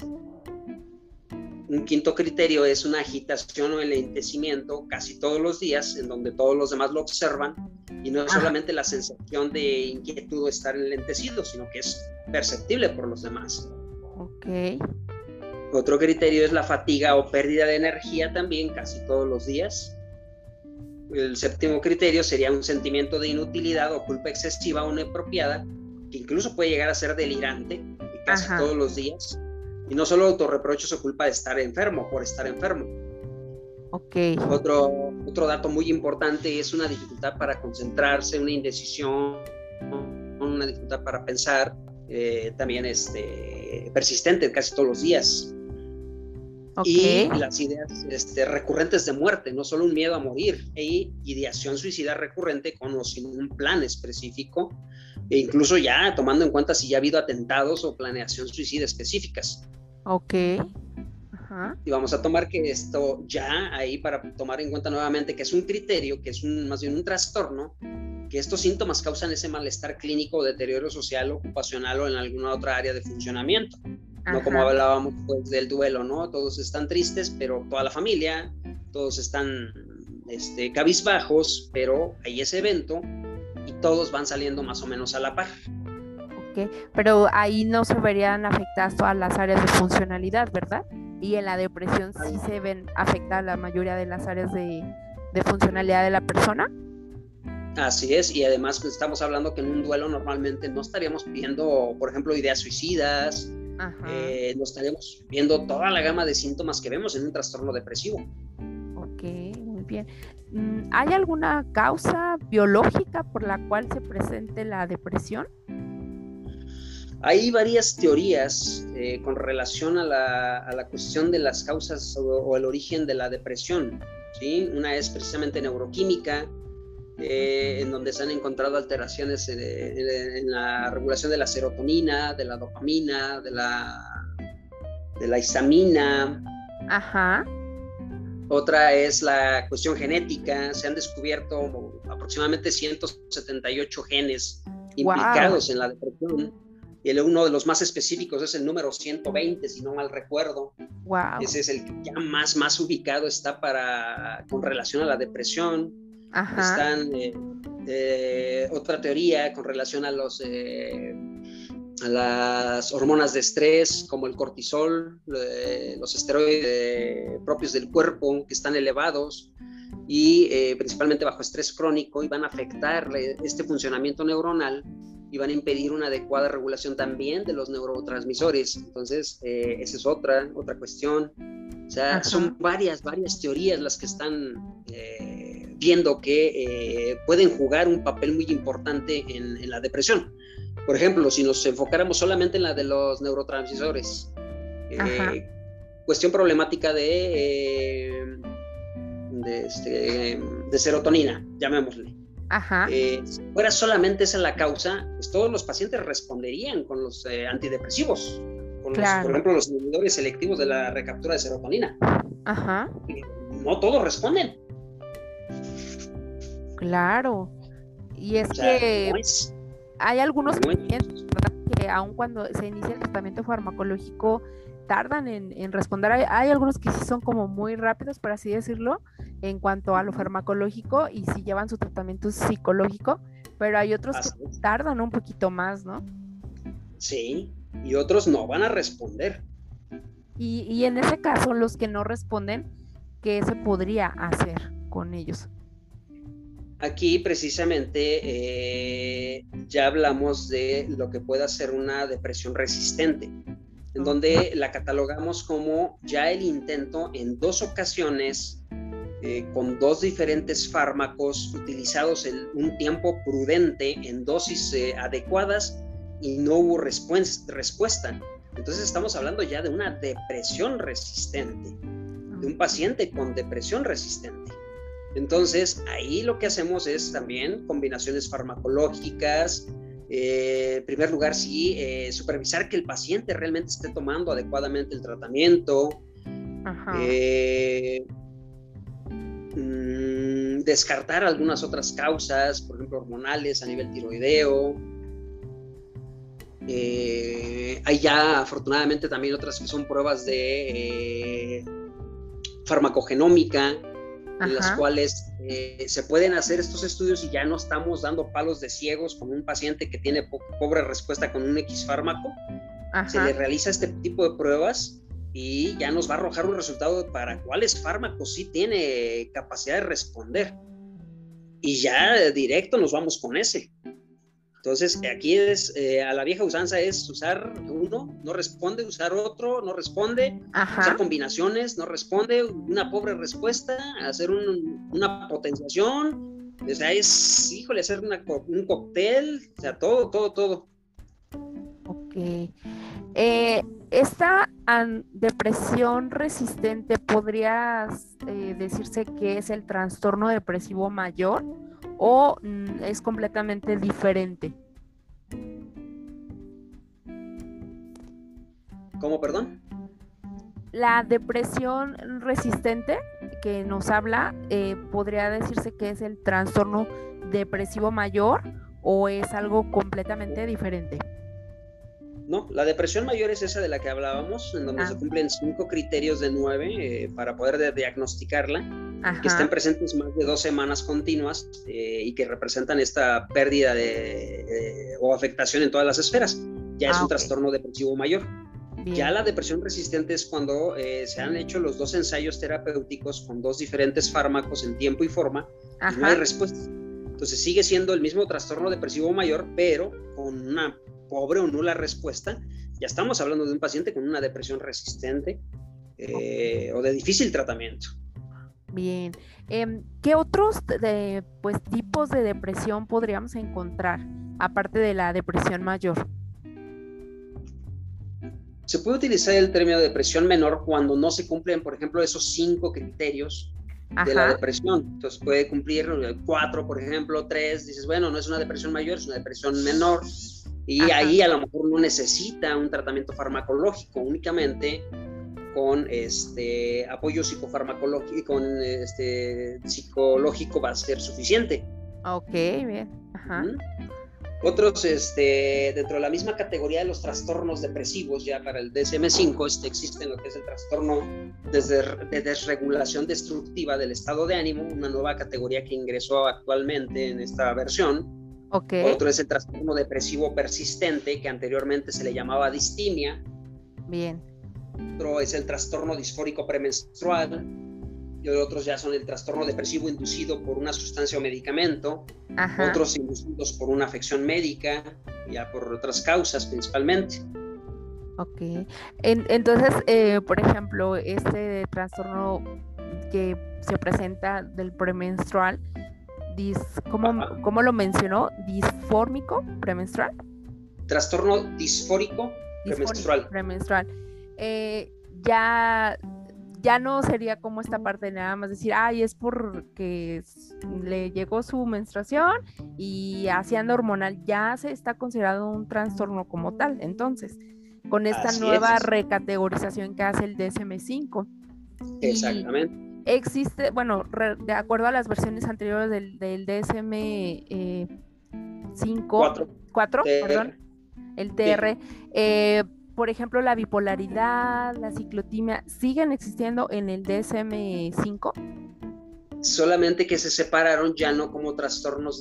S2: Un quinto criterio es una agitación o enlentecimiento casi todos los días, en donde todos los demás lo observan, y no es
S1: ah.
S2: solamente la sensación de inquietud o estar enlentecido, sino que es perceptible por los demás.
S1: Ok.
S2: Otro criterio es la fatiga o pérdida de energía también casi todos los días. El séptimo criterio sería un sentimiento de inutilidad o culpa excesiva o inapropiada, que incluso puede llegar a ser delirante y casi
S1: Ajá.
S2: todos los días. Y no solo autorreprochos o culpa de estar enfermo, por estar enfermo.
S1: Ok.
S2: Otro, otro dato muy importante es una dificultad para concentrarse, una indecisión, una dificultad para pensar, eh, también este, persistente casi todos los días.
S1: Okay.
S2: Y las ideas este, recurrentes de muerte, no solo un miedo a morir, e ideación suicida recurrente con o sin un plan específico, e incluso ya tomando en cuenta si ya ha habido atentados o planeación suicida específicas.
S1: Ok. Ajá.
S2: Y vamos a tomar que esto ya ahí para tomar en cuenta nuevamente que es un criterio, que es un, más bien un trastorno, que estos síntomas causan ese malestar clínico, deterioro social, ocupacional o en alguna otra área de funcionamiento.
S1: Ajá.
S2: No como hablábamos pues del duelo, ¿no? Todos están tristes, pero toda la familia, todos están este, cabizbajos, pero hay ese evento y todos van saliendo más o menos a la par.
S1: Ok, pero ahí no se verían afectadas todas las áreas de funcionalidad, ¿verdad? Y en la depresión sí se ven afectadas la mayoría de las áreas de, de funcionalidad de la persona.
S2: Así es, y además pues, estamos hablando que en un duelo normalmente no estaríamos viendo, por ejemplo, ideas suicidas, eh, no estaríamos viendo toda la gama de síntomas que vemos en un trastorno depresivo.
S1: Ok, muy bien. ¿Hay alguna causa biológica por la cual se presente la depresión?
S2: Hay varias teorías eh, con relación a la, a la cuestión de las causas o, o el origen de la depresión, ¿sí? Una es precisamente neuroquímica, eh, en donde se han encontrado alteraciones en, en, en la regulación de la serotonina, de la dopamina, de la, de la histamina.
S1: Ajá.
S2: Otra es la cuestión genética. Se han descubierto aproximadamente ciento setenta y ocho genes implicados wow. en la depresión. Y el, uno de los más específicos es el número ciento veinte, si no mal recuerdo.
S1: Wow.
S2: Ese es el que ya más, más ubicado está para, con relación a la depresión.
S1: Ajá.
S2: Están eh, eh, otra teoría con relación a los eh, a las hormonas de estrés, como el cortisol, eh, los esteroides eh, propios del cuerpo que están elevados y eh, principalmente bajo estrés crónico, y van a afectar este funcionamiento neuronal y van a impedir una adecuada regulación también de los neurotransmisores. Entonces, eh, esa es otra, otra cuestión. O sea, Ajá. son varias, varias teorías las que están eh, viendo que eh, pueden jugar un papel muy importante en, en la depresión. Por ejemplo, si nos enfocáramos solamente en la de los neurotransmisores, eh, cuestión problemática de, eh, de, este, de serotonina, llamémosle.
S1: Ajá.
S2: Eh, si fuera solamente esa la causa, pues todos los pacientes responderían con los eh, antidepresivos, con
S1: claro.
S2: los, por ejemplo, los inhibidores selectivos de la recaptura de serotonina.
S1: Ajá.
S2: No todos responden.
S1: Claro. Y es
S2: o sea,
S1: que
S2: no es,
S1: hay algunos
S2: no
S1: pacientes, ¿verdad?, que aun cuando se inicia el tratamiento farmacológico tardan en, en responder. Hay, hay algunos que sí son como muy rápidos, por así decirlo, en cuanto a lo farmacológico, y sí llevan su tratamiento psicológico, pero hay otros así que es. tardan un poquito más, ¿no?
S2: Sí, y otros no van a responder.
S1: Y, y en ese caso, los que no responden, ¿qué se podría hacer con ellos?
S2: aquí precisamente eh, ya hablamos de lo que pueda ser una depresión resistente, en donde la catalogamos como ya el intento en dos ocasiones eh, con dos diferentes fármacos utilizados en un tiempo prudente en dosis eh, adecuadas y no hubo respuesta. Entonces estamos hablando ya de una depresión resistente, de un paciente con depresión resistente. Entonces ahí lo que hacemos es también combinaciones farmacológicas. Eh, en primer lugar, sí, eh, supervisar que el paciente realmente esté tomando adecuadamente el tratamiento. Ajá. Eh, mmm, descartar algunas otras causas, por ejemplo, hormonales a nivel tiroideo. Eh, hay ya afortunadamente también otras que son pruebas de eh, farmacogenómica, Ajá. en las cuales eh, se pueden hacer estos estudios y ya no estamos dando palos de ciegos con un paciente que tiene po pobre respuesta con un X fármaco. Ajá. Se le realiza este tipo de pruebas y ya nos va a arrojar un resultado para cuáles fármacos sí tiene capacidad de responder, y ya directo nos vamos con ese. Entonces aquí es, eh, a la vieja usanza es usar uno, no responde, usar otro, no responde, Ajá. usar combinaciones, no responde, una pobre respuesta, hacer un, una potenciación, o sea, es, híjole, hacer una, un cóctel, o sea, todo, todo, todo.
S1: Ok. Eh, esta an, depresión resistente, ¿podrías eh, decirse que es el trastorno depresivo mayor? ¿O mm, es completamente diferente?
S2: ¿Cómo, perdón?
S1: La depresión resistente que nos habla, eh, ¿podría decirse que es el trastorno depresivo mayor o es algo completamente diferente?
S2: No, la depresión mayor es esa de la que hablábamos, en donde ah. se cumplen cinco criterios de nueve eh, para poder de diagnosticarla, Ajá. que estén presentes más de dos semanas continuas eh, y que representan esta pérdida de, eh, o afectación en todas las esferas. Ya ah, es un okay. trastorno depresivo mayor. Bien. Ya la depresión resistente es cuando eh, se han hecho los dos ensayos terapéuticos con dos diferentes fármacos en tiempo y forma Ajá. y no hay respuesta. Entonces sigue siendo el mismo trastorno depresivo mayor, pero con una pobre o nula respuesta. Ya estamos hablando de un paciente con una depresión resistente eh, o de difícil tratamiento.
S1: Bien. Eh, ¿Qué otros de, pues, tipos de depresión podríamos encontrar, aparte de la depresión mayor?
S2: Se puede utilizar el término depresión menor cuando no se cumplen, por ejemplo, esos cinco criterios Ajá. de la depresión. Entonces puede cumplir cuatro, por ejemplo, tres. Dices, bueno, no es una depresión mayor, es una depresión menor. Y Ajá. ahí a lo mejor no necesita un tratamiento farmacológico, únicamente con este apoyo psicofarmacológico, con este psicológico va a ser suficiente.
S1: Ok, bien. Ajá. ¿Mm?
S2: Otros, este, dentro de la misma categoría de los trastornos depresivos, ya para el D S M cinco, este, existe lo que es el trastorno de, de desregulación destructiva del estado de ánimo, una nueva categoría que ingresó actualmente en esta versión.
S1: Okay.
S2: Otro es el trastorno depresivo persistente, que anteriormente se le llamaba distimia.
S1: Bien.
S2: Otro es el trastorno disfórico premenstrual. Y otros ya son el trastorno depresivo inducido por una sustancia o medicamento. Ajá. Otros inducidos por una afección médica, ya por otras causas principalmente.
S1: Ok. En, entonces, eh, por ejemplo, este trastorno que se presenta del premenstrual, dis, ¿cómo, ¿cómo lo mencionó? ¿Disfórmico premenstrual?
S2: Trastorno disfórico premenstrual.
S1: Premenstrual. Eh, ya... Ya no sería como esta parte de nada más decir, ay, es porque le llegó su menstruación y así anda hormonal. Ya se está considerado un trastorno como tal, entonces, con esta así nueva es. recategorización que hace el D S M cinco.
S2: Exactamente.
S1: Y existe, bueno, re, de acuerdo a las versiones anteriores del, del D S M cinco, cuatro, perdón, el T R, sí. eh, por ejemplo, la bipolaridad, la ciclotimia, ¿siguen existiendo en el D S M cinco?
S2: Solamente que se separaron ya no como trastornos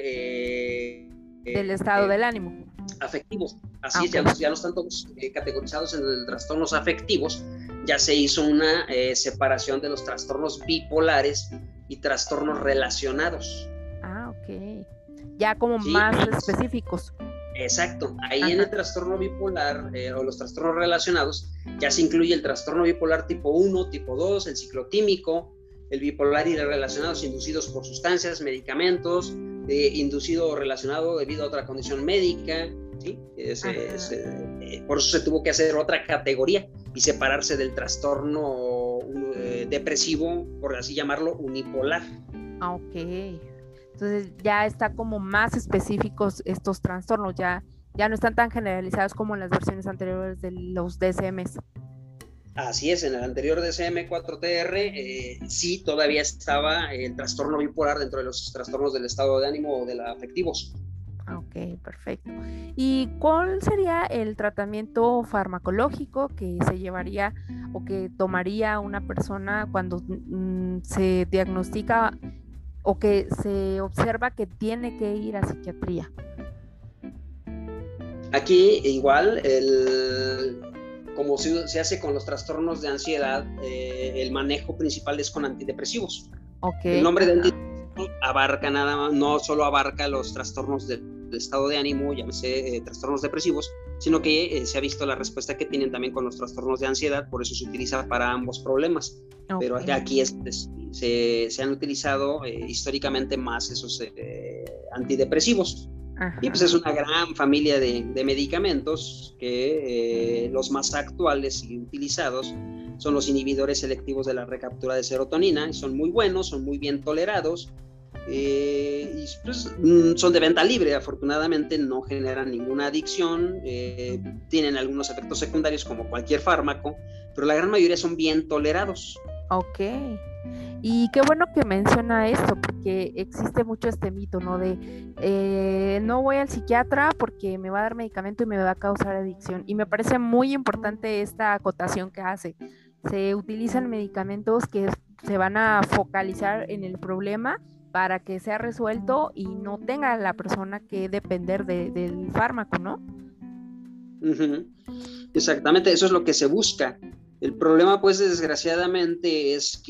S2: de...
S1: Eh, del estado eh, del ánimo.
S2: Afectivos. Así ah, es, okay. ya, ya no están todos eh, categorizados en los trastornos afectivos. Ya se hizo una eh, separación de los trastornos bipolares y trastornos relacionados.
S1: Ah, Ok, ya como
S2: Sí,
S1: más
S2: y-
S1: específicos.
S2: exacto. Ahí
S1: Ajá.
S2: en el trastorno bipolar eh, o los trastornos relacionados ya se incluye el trastorno bipolar tipo uno, tipo dos, el ciclotímico, el bipolar y relacionados inducidos por sustancias, medicamentos, eh, inducido o relacionado debido a otra condición médica, ¿sí? Es, es, eh, por eso se tuvo que hacer otra categoría y separarse del trastorno eh, depresivo, por así llamarlo, unipolar.
S1: Ah, ok. Entonces ya está como más específicos estos trastornos, ya, ya no están tan generalizados como en las versiones anteriores de los D S Ms.
S2: Así es, en el anterior D S M cuatro T R eh, sí todavía estaba el trastorno bipolar dentro de los trastornos del estado de ánimo o de la afectivos.
S1: Ok, perfecto. ¿Y cuál sería el tratamiento farmacológico que se llevaría o que tomaría una persona cuando mm, se diagnostica o que se observa que tiene que ir a psiquiatría?
S2: Aquí igual, el, como se, se hace con los trastornos de ansiedad, eh, el manejo principal es con antidepresivos.
S1: Ok.
S2: El nombre de antidepresivo abarca nada más, no solo abarca los trastornos de, de estado de ánimo, llámese eh, trastornos depresivos, sino que eh, se ha visto la respuesta que tienen también con los trastornos de ansiedad, por eso se utiliza para ambos problemas. Okay. Pero aquí es, es, se, se han utilizado eh, históricamente más esos eh, antidepresivos. Ajá. Y pues es una gran familia de, de medicamentos que eh, los más actuales y utilizados son los inhibidores selectivos de la recaptura de serotonina, y son muy buenos, son muy bien tolerados, eh, y pues, son de venta libre, afortunadamente no generan ninguna adicción, eh, tienen algunos efectos secundarios como cualquier fármaco, pero la gran mayoría son bien tolerados.
S1: Ok. Y qué bueno que menciona esto, porque existe mucho este mito, ¿no? De eh, no voy al psiquiatra porque me va a dar medicamento y me va a causar adicción. Y me parece muy importante esta acotación que hace. Se utilizan medicamentos que se van a focalizar en el problema para que sea resuelto y no tenga la persona que depender de, del fármaco, ¿no?
S2: Uh-huh. Exactamente, eso es lo que se busca. El problema, pues, desgraciadamente, es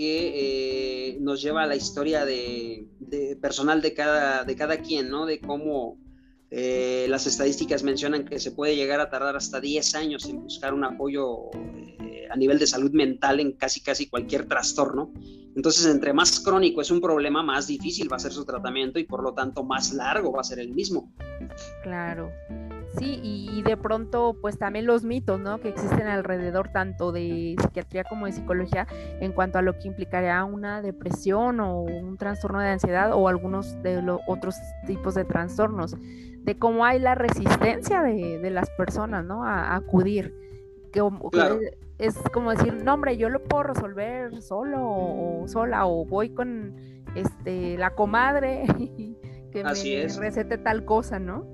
S2: que eh, nos lleva a la historia de, de personal de cada, de cada quien, ¿no? De cómo eh, las estadísticas mencionan que se puede llegar a tardar hasta diez años en buscar un apoyo eh, a nivel de salud mental en casi, casi cualquier trastorno. Entonces, entre más crónico es un problema, más difícil va a ser su tratamiento y, por lo tanto, más largo va a ser el mismo.
S1: Claro. Sí, y de pronto, pues también los mitos, ¿no? Que existen alrededor tanto de psiquiatría como de psicología en cuanto a lo que implicaría una depresión o un trastorno de ansiedad o algunos de los otros tipos de trastornos, de cómo hay la resistencia de, de las personas, ¿no? A, a acudir. Que,
S2: claro.
S1: que es como decir, no, hombre, yo lo puedo resolver solo o, o sola, o voy con este la comadre que
S2: Así
S1: me
S2: es.
S1: recete tal cosa, ¿no?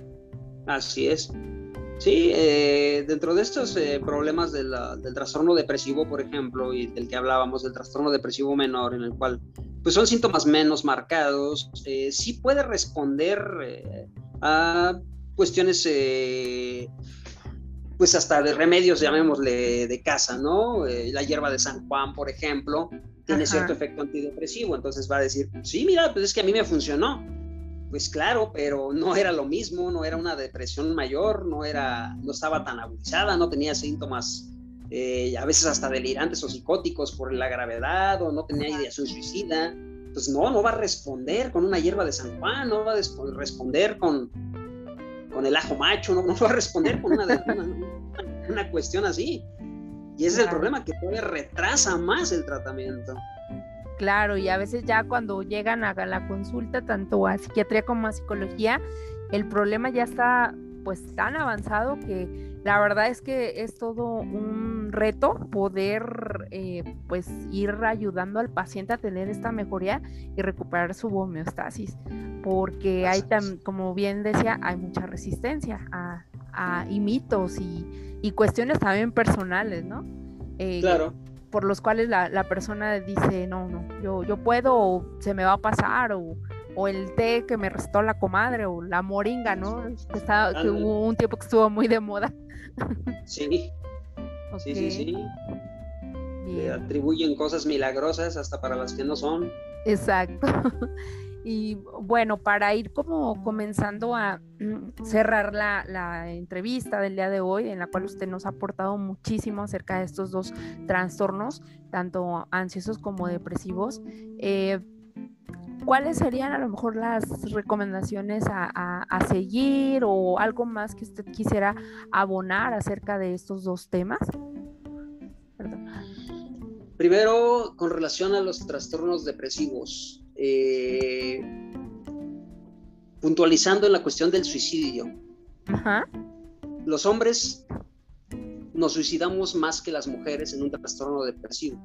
S2: Así es. Sí, eh, dentro de estos eh, problemas de la, del trastorno depresivo, por ejemplo, y del que hablábamos, del trastorno depresivo menor, en el cual pues son síntomas menos marcados, eh, sí puede responder eh, a cuestiones, eh, pues hasta de remedios, llamémosle, de casa, ¿no? Eh, la hierba de San Juan, por ejemplo, tiene Ajá. cierto efecto antidepresivo, entonces va a decir, sí, mira, pues es que a mí me funcionó. Pues claro, pero no era lo mismo, no era una depresión mayor, no, era, no estaba tan agudizada, no tenía síntomas eh, a veces hasta delirantes o psicóticos por la gravedad, o no tenía ideación suicida. Pues no, no va a responder con una hierba de San Juan, no va a responder con, con el ajo macho, no, no va a responder con una, una, una cuestión así. Y ese es el problema, que todavía retrasa más el tratamiento.
S1: Claro, y a veces ya cuando llegan a la consulta, tanto a psiquiatría como a psicología, el problema ya está pues tan avanzado que la verdad es que es todo un reto poder eh, pues ir ayudando al paciente a tener esta mejoría y recuperar su homeostasis, porque hay, tan, como bien decía, hay mucha resistencia a, a y mitos y, y cuestiones también personales, ¿no? Eh,
S2: claro.
S1: por los cuales la, la persona dice, no, no, yo, yo puedo, o se me va a pasar, o, o el té que me recetó la comadre, o la moringa, ¿no? Que, estaba, que hubo un tiempo que estuvo muy de moda.
S2: Sí, okay. sí, sí, sí. Le atribuyen cosas milagrosas hasta para las que no son.
S1: Exacto. Y bueno, para ir como comenzando a cerrar la, la entrevista del día de hoy, en la cual usted nos ha aportado muchísimo acerca de estos dos trastornos, tanto ansiosos como depresivos, eh, ¿cuáles serían a lo mejor las recomendaciones a, a, a seguir o algo más que usted quisiera abonar acerca de estos dos temas? Perdón.
S2: Primero, con relación a los trastornos depresivos, eh, puntualizando en la cuestión del suicidio.
S1: Ajá.
S2: Los hombres nos suicidamos más que las mujeres en un trastorno depresivo.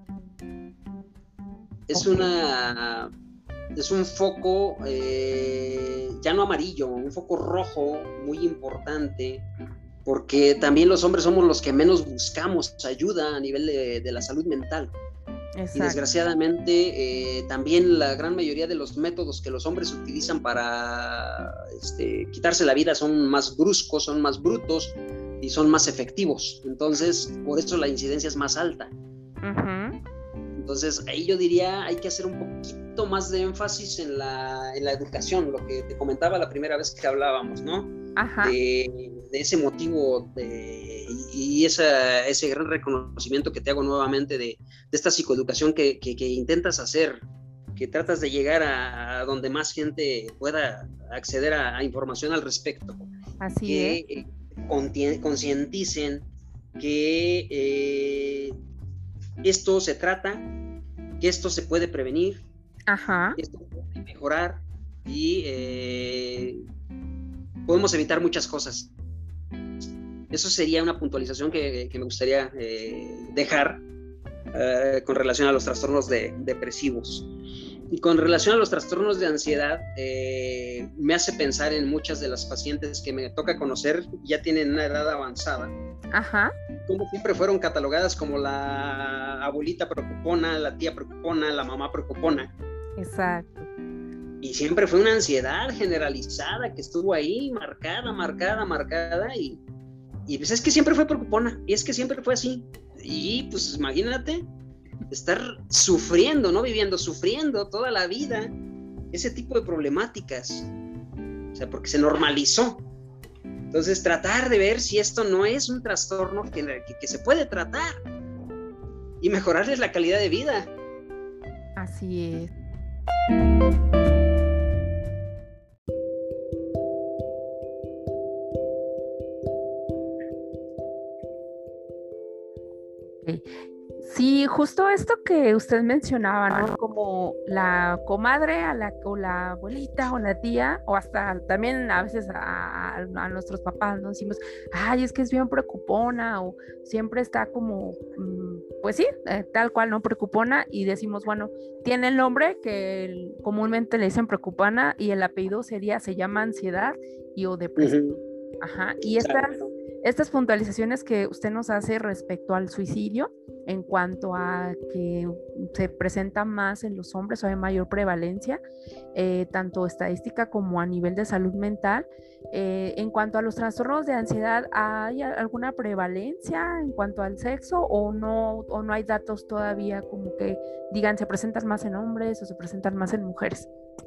S2: Es
S1: Okay.
S2: una... Es un foco eh, ya no amarillo, un foco rojo muy importante, porque también los hombres somos los que menos buscamos ayuda a nivel de, de la salud mental. Exacto. Y desgraciadamente eh, también la gran mayoría de los métodos que los hombres utilizan para este, quitarse la vida son más bruscos, son más brutos y son más efectivos. Entonces, por eso la incidencia es más alta. Uh-huh. Entonces, ahí yo diría, hay que hacer un poquito más de énfasis en la, en la educación, lo que te comentaba la primera vez que hablábamos, ¿no?
S1: Ajá.
S2: De, de ese motivo de, y, y esa, ese gran reconocimiento que te hago nuevamente de, de esta psicoeducación que, que, que intentas hacer, que tratas de llegar a, a donde más gente pueda acceder a, a información al respecto.
S1: Así
S2: que
S1: es.
S2: eh, conti- concienticen que eh, esto se trata, que esto se puede prevenir,
S1: Ajá.
S2: que esto puede mejorar y eh, podemos evitar muchas cosas. Eso sería una puntualización que, que me gustaría eh, dejar eh, con relación a los trastornos de, depresivos. Y con relación a los trastornos de ansiedad, eh, me hace pensar en muchas de las pacientes que me toca conocer, ya tienen una edad avanzada.
S1: Ajá.
S2: Como siempre fueron catalogadas como la abuelita preocupona, la tía preocupona, la mamá preocupona.
S1: Exacto.
S2: Y siempre fue una ansiedad generalizada que estuvo ahí, marcada, marcada, marcada, y, y pues es que siempre fue preocupona, y es que siempre fue así. Y pues imagínate estar sufriendo, no viviendo, sufriendo toda la vida ese tipo de problemáticas. O sea, porque se normalizó. Entonces, tratar de ver si esto no es un trastorno que, que, que se puede tratar y mejorarles la calidad de vida.
S1: Así es. Okay. Sí, justo esto que usted mencionaba, ¿no? Como la comadre a la, o la abuelita o la tía, o hasta también a veces a, a nuestros papás, ¿no? Decimos, ay, es que es bien preocupona, o siempre está como, pues sí, eh, tal cual, ¿no? Preocupona, y decimos, bueno, tiene el nombre que comúnmente le dicen preocupona, y el apellido sería, se llama ansiedad y o depresión. Uh-huh. Ajá, y estas, estas puntualizaciones que usted nos hace respecto al suicidio, en cuanto a que se presenta más en los hombres o hay mayor prevalencia, eh, tanto estadística como a nivel de salud mental. Eh, en cuanto a los trastornos de ansiedad, ¿hay alguna prevalencia en cuanto al sexo o no, o no hay datos todavía como que digan se presentan más en hombres o se presentan más en mujeres?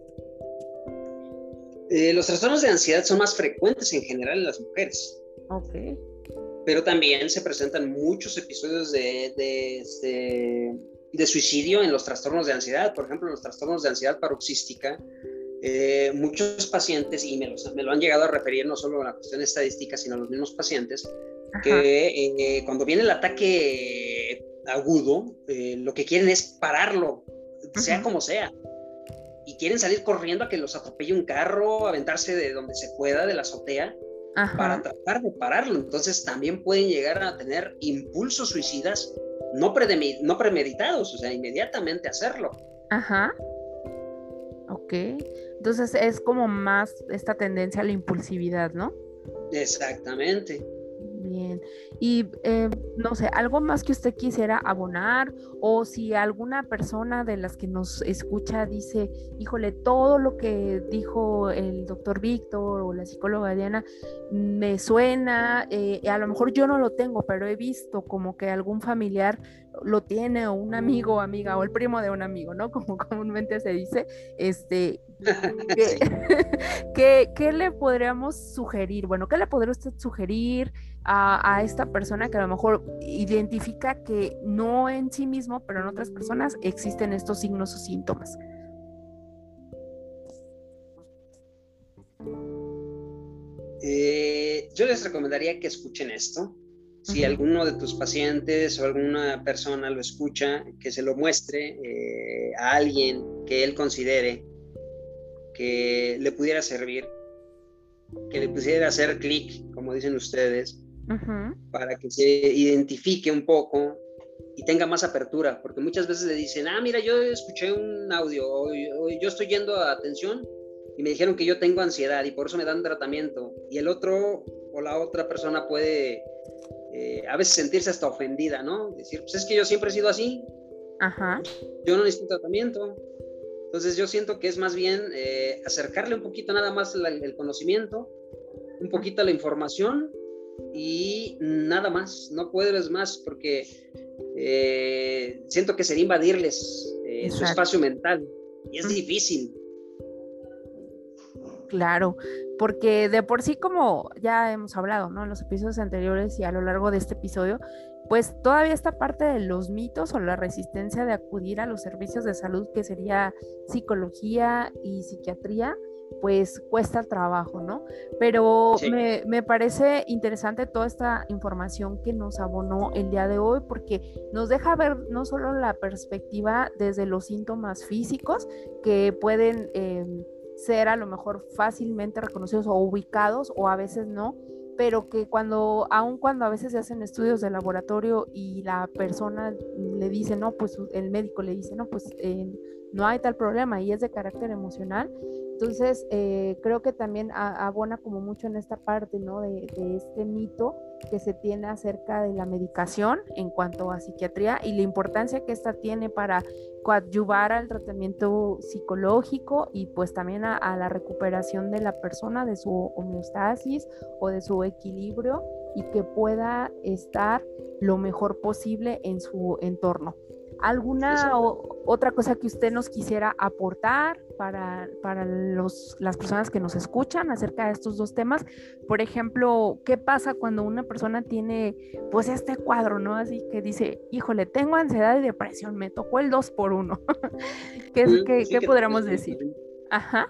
S2: Eh, los trastornos de ansiedad son más frecuentes en general en las mujeres.
S1: Ok.
S2: Pero también se presentan muchos episodios de, de, de, de suicidio en los trastornos de ansiedad. Por ejemplo, en los trastornos de ansiedad paroxística, eh, muchos pacientes, y me, los, me lo han llegado a referir no solo a la cuestión estadística, sino a los mismos pacientes, Ajá. que eh, cuando viene el ataque agudo, eh, lo que quieren es pararlo, Ajá. sea como sea. Y quieren salir corriendo a que los atropelle un carro, aventarse de donde se pueda, de la azotea, Ajá. para tratar de pararlo. Entonces también pueden llegar a tener impulsos suicidas no, predem- no premeditados, o sea, inmediatamente hacerlo.
S1: Ajá. Ok. Entonces es como más esta tendencia a la impulsividad, ¿no?
S2: Exactamente.
S1: Bien. Y eh, no sé, algo más que usted quisiera abonar, o si alguna persona de las que nos escucha dice, híjole, todo lo que dijo el doctor Víctor o la psicóloga Diana me suena, eh, a lo mejor yo no lo tengo, pero he visto como que algún familiar lo tiene un amigo o amiga o el primo de un amigo, ¿no? Como comúnmente se dice, este, ¿qué,
S2: Sí.
S1: ¿qué, qué le podríamos sugerir? Bueno, ¿qué le podría usted sugerir a, a esta persona que a lo mejor identifica que no en sí mismo, pero en otras personas existen estos signos o síntomas?
S2: Eh, yo les recomendaría que escuchen esto. Si
S1: Uh-huh.
S2: alguno de tus pacientes o alguna persona lo escucha, que se lo muestre eh, a alguien que él considere que le pudiera servir, que le pudiera hacer clic, como dicen ustedes,
S1: Uh-huh.
S2: para que se identifique un poco y tenga más apertura, porque muchas veces le dicen, ah, mira, yo escuché un audio, o, o yo estoy yendo a atención y me dijeron que yo tengo ansiedad y por eso me dan tratamiento, y el otro o la otra persona puede eh, a veces sentirse hasta ofendida, ¿no? Decir, pues es que yo siempre he sido así,
S1: Ajá.
S2: yo no necesito tratamiento. Entonces yo siento que es más bien eh, acercarle un poquito nada más la, el conocimiento, un poquito la información y nada más, no puedes más, porque eh, siento que sería invadirles eh, su espacio mental y es difícil.
S1: Claro, porque de por sí, como ya hemos hablado, ¿no? En los episodios anteriores y a lo largo de este episodio, pues todavía esta parte de los mitos o la resistencia de acudir a los servicios de salud, que sería psicología y psiquiatría, pues cuesta trabajo, ¿no? Pero
S2: Sí.
S1: me, me parece interesante toda esta información que nos abonó el día de hoy, porque nos deja ver no solo la perspectiva desde los síntomas físicos que pueden eh, ser a lo mejor fácilmente reconocidos o ubicados, o a veces no, pero que cuando, aun cuando a veces se hacen estudios de laboratorio y la persona le dice, no, pues el médico le dice, no, pues eh, no hay tal problema y es de carácter emocional. Entonces, eh, creo que también a, abona como mucho en esta parte, ¿no? De, de este mito que se tiene acerca de la medicación en cuanto a psiquiatría y la importancia que esta tiene para coadyuvar al tratamiento psicológico y pues también a, a la recuperación de la persona, de su homeostasis o de su equilibrio, y que pueda estar lo mejor posible en su entorno. ¿Alguna o, otra cosa que usted nos quisiera aportar para, para los, las personas que nos escuchan acerca de estos dos temas? Por ejemplo, ¿qué pasa cuando una persona tiene pues este cuadro, ¿no? Así que dice, híjole, tengo ansiedad y depresión, me tocó el dos por uno. ¿Qué, es, qué,
S2: Sí,
S1: ¿qué
S2: que
S1: podríamos decir? Ajá.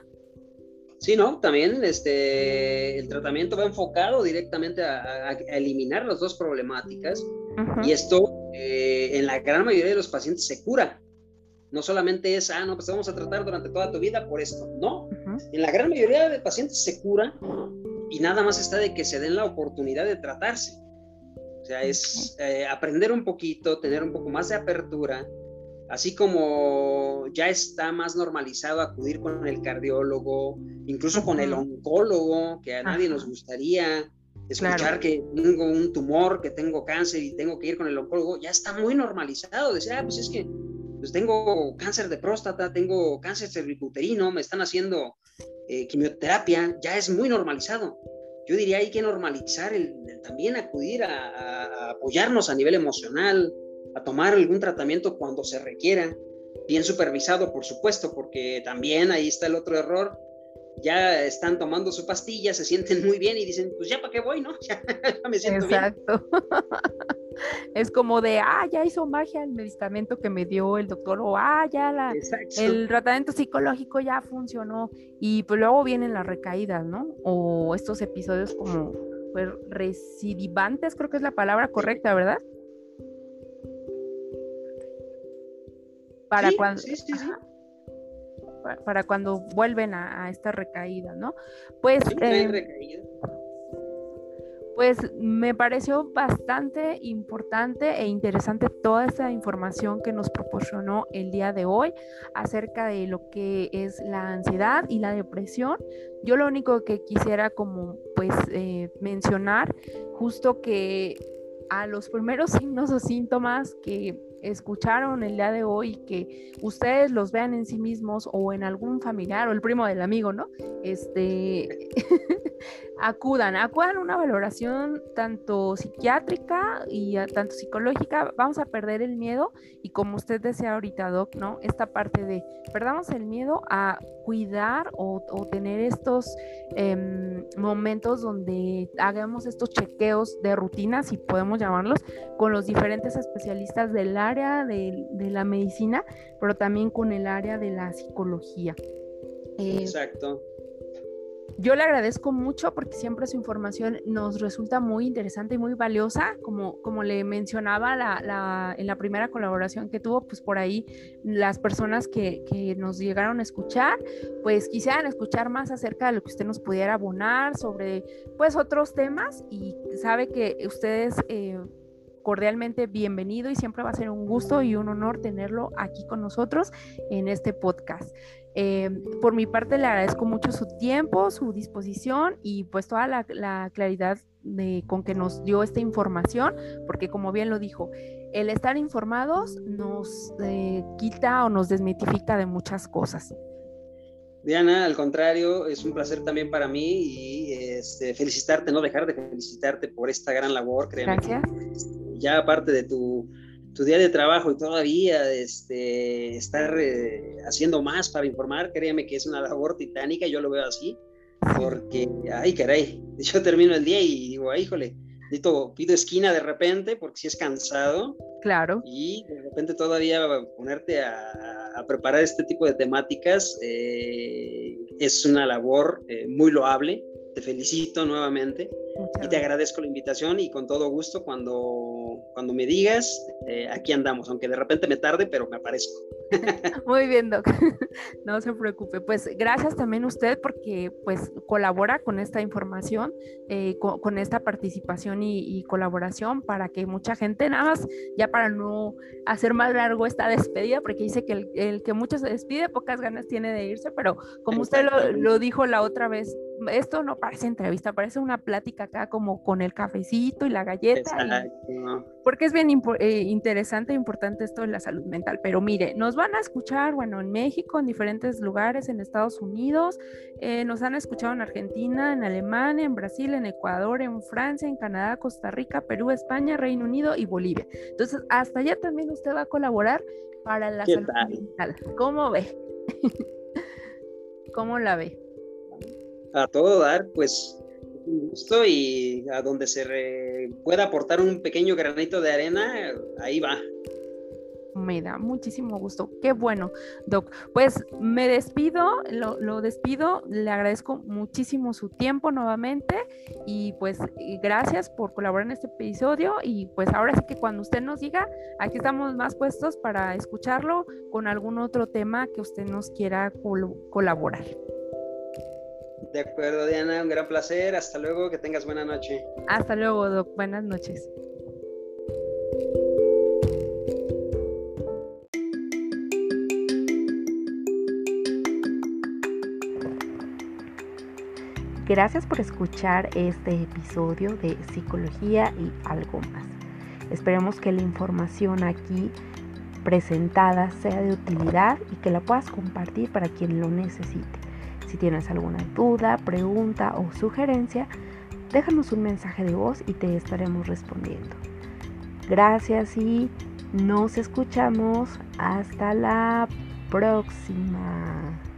S2: Sí, ¿no? También este, el tratamiento va enfocado directamente a, a, a eliminar las dos problemáticas, uh-huh. Y esto eh, en la gran mayoría de los pacientes se cura. No solamente es, ah, no, pues te vamos a tratar durante toda tu vida por esto. No, uh-huh. En la gran mayoría de pacientes se cura y nada más está de que se den la oportunidad de tratarse. O sea, es eh, aprender un poquito, tener un poco más de apertura. Así como ya está más normalizado acudir con el cardiólogo, incluso uh-huh. con el oncólogo, que a uh-huh. nadie nos gustaría escuchar, claro, que tengo un tumor, que tengo cáncer y tengo que ir con el oncólogo, ya está muy normalizado. Decir, ah, pues es que pues tengo cáncer de próstata, tengo cáncer cervicuterino, me están haciendo eh, quimioterapia, ya es muy normalizado. Yo diría hay que normalizar el, el también acudir a, a, a apoyarnos a nivel emocional, a tomar algún tratamiento cuando se requiera, bien supervisado, por supuesto, porque también ahí está el otro error. Ya están tomando su pastilla, se sienten muy bien y dicen, pues ya para qué voy, ¿no? Ya, ya me siento
S1: Exacto. Bien. Es como de, ah, ya hizo magia el medicamento que me dio el doctor, o ah, ya la, el tratamiento psicológico ya funcionó, y pues luego vienen las recaídas, ¿no? O estos episodios como pues, recidivantes, creo que es la palabra correcta, ¿verdad? Para
S2: sí,
S1: cuando,
S2: sí, sí, sí.
S1: Para, para cuando vuelven a, a esta recaída, ¿no? Pues,
S2: sí,
S1: eh,
S2: hay recaída.
S1: Pues me pareció bastante importante e interesante toda esta información que nos proporcionó el día de hoy acerca de lo que es la ansiedad y la depresión. Yo lo único que quisiera como pues eh, mencionar, justo que a los primeros signos o síntomas que escucharon el día de hoy, que ustedes los vean en sí mismos o en algún familiar o el primo del amigo, ¿no? Este, acudan, acudan a una valoración tanto psiquiátrica y a, tanto psicológica. Vamos a perder el miedo y como usted decía ahorita, Doc, ¿no? Esta parte de perdamos el miedo a cuidar o, o tener estos eh, momentos donde hagamos estos chequeos de rutina, si podemos llamarlos, con los diferentes especialistas del área de, de la medicina, pero también con el área de la psicología.
S2: Eh, Exacto.
S1: Yo le agradezco mucho porque siempre su información nos resulta muy interesante y muy valiosa, como, como le mencionaba la, la, en la primera colaboración que tuvo, pues por ahí las personas que, que nos llegaron a escuchar, pues quisieran escuchar más acerca de lo que usted nos pudiera abonar sobre pues otros temas, y sabe que ustedes eh, cordialmente bienvenido y siempre va a ser un gusto y un honor tenerlo aquí con nosotros en este podcast. Eh, por mi parte le agradezco mucho su tiempo, su disposición y pues toda la, la claridad de, con que nos dio esta información, porque como bien lo dijo, el estar informados nos eh, quita o nos desmitifica de muchas cosas.
S2: Diana, al contrario, es un placer también para mí y este, felicitarte, no dejar de felicitarte por esta gran labor, créeme.
S1: Gracias.
S2: Que, ya aparte de tu, tu día de trabajo y todavía este, estar eh, haciendo más para informar, créeme que es una labor titánica, yo lo veo así, porque, ay caray, yo termino el día y digo, ay, híjole, necesito, pido esquina de repente porque si es cansado.
S1: Claro.
S2: Y de repente todavía ponerte a, a preparar este tipo de temáticas eh, es una labor eh, muy loable. Te felicito nuevamente. Muchas y te agradezco la invitación y con todo gusto cuando, cuando me digas, eh, aquí andamos, aunque de repente me tarde, pero me aparezco.
S1: Muy bien, Doc. No se preocupe. Pues gracias también a usted porque pues colabora con esta información, eh, con, con esta participación y, y colaboración para que mucha gente, nada más, ya para no hacer más largo esta despedida, porque dice que el, el que mucho se despide, pocas ganas tiene de irse, pero como usted lo, lo dijo la otra vez, esto no parece entrevista, parece una plática acá como con el cafecito y la galleta. Y, porque es bien impo- eh, interesante e importante esto de la salud mental. Pero mire, nos van a escuchar, bueno, en México, en diferentes lugares, en Estados Unidos, eh, nos han escuchado en Argentina, en Alemania, en Brasil, en Ecuador, en Francia, en Canadá, Costa Rica, Perú, España, Reino Unido y Bolivia. Entonces, hasta allá también usted va a colaborar para la salud tal? mental. ¿Cómo ve? ¿Cómo la ve?
S2: A todo dar, pues un gusto y a donde se re... pueda aportar un pequeño granito de arena, ahí va.
S1: Me da muchísimo gusto. Qué bueno, Doc. Pues me despido, lo, lo despido, le agradezco muchísimo su tiempo nuevamente y pues gracias por colaborar en este episodio y pues ahora sí que cuando usted nos diga, aquí estamos más puestos para escucharlo con algún otro tema que usted nos quiera col- colaborar.
S2: De acuerdo, Diana, un gran placer. Hasta luego, que tengas buena noche.
S1: Hasta luego, Doc. Buenas noches. Gracias por escuchar este episodio de Psicología y algo más. Esperemos que la información aquí presentada sea de utilidad y que la puedas compartir para quien lo necesite. Si tienes alguna duda, pregunta o sugerencia, déjanos un mensaje de voz y te estaremos respondiendo. Gracias y nos escuchamos hasta la próxima.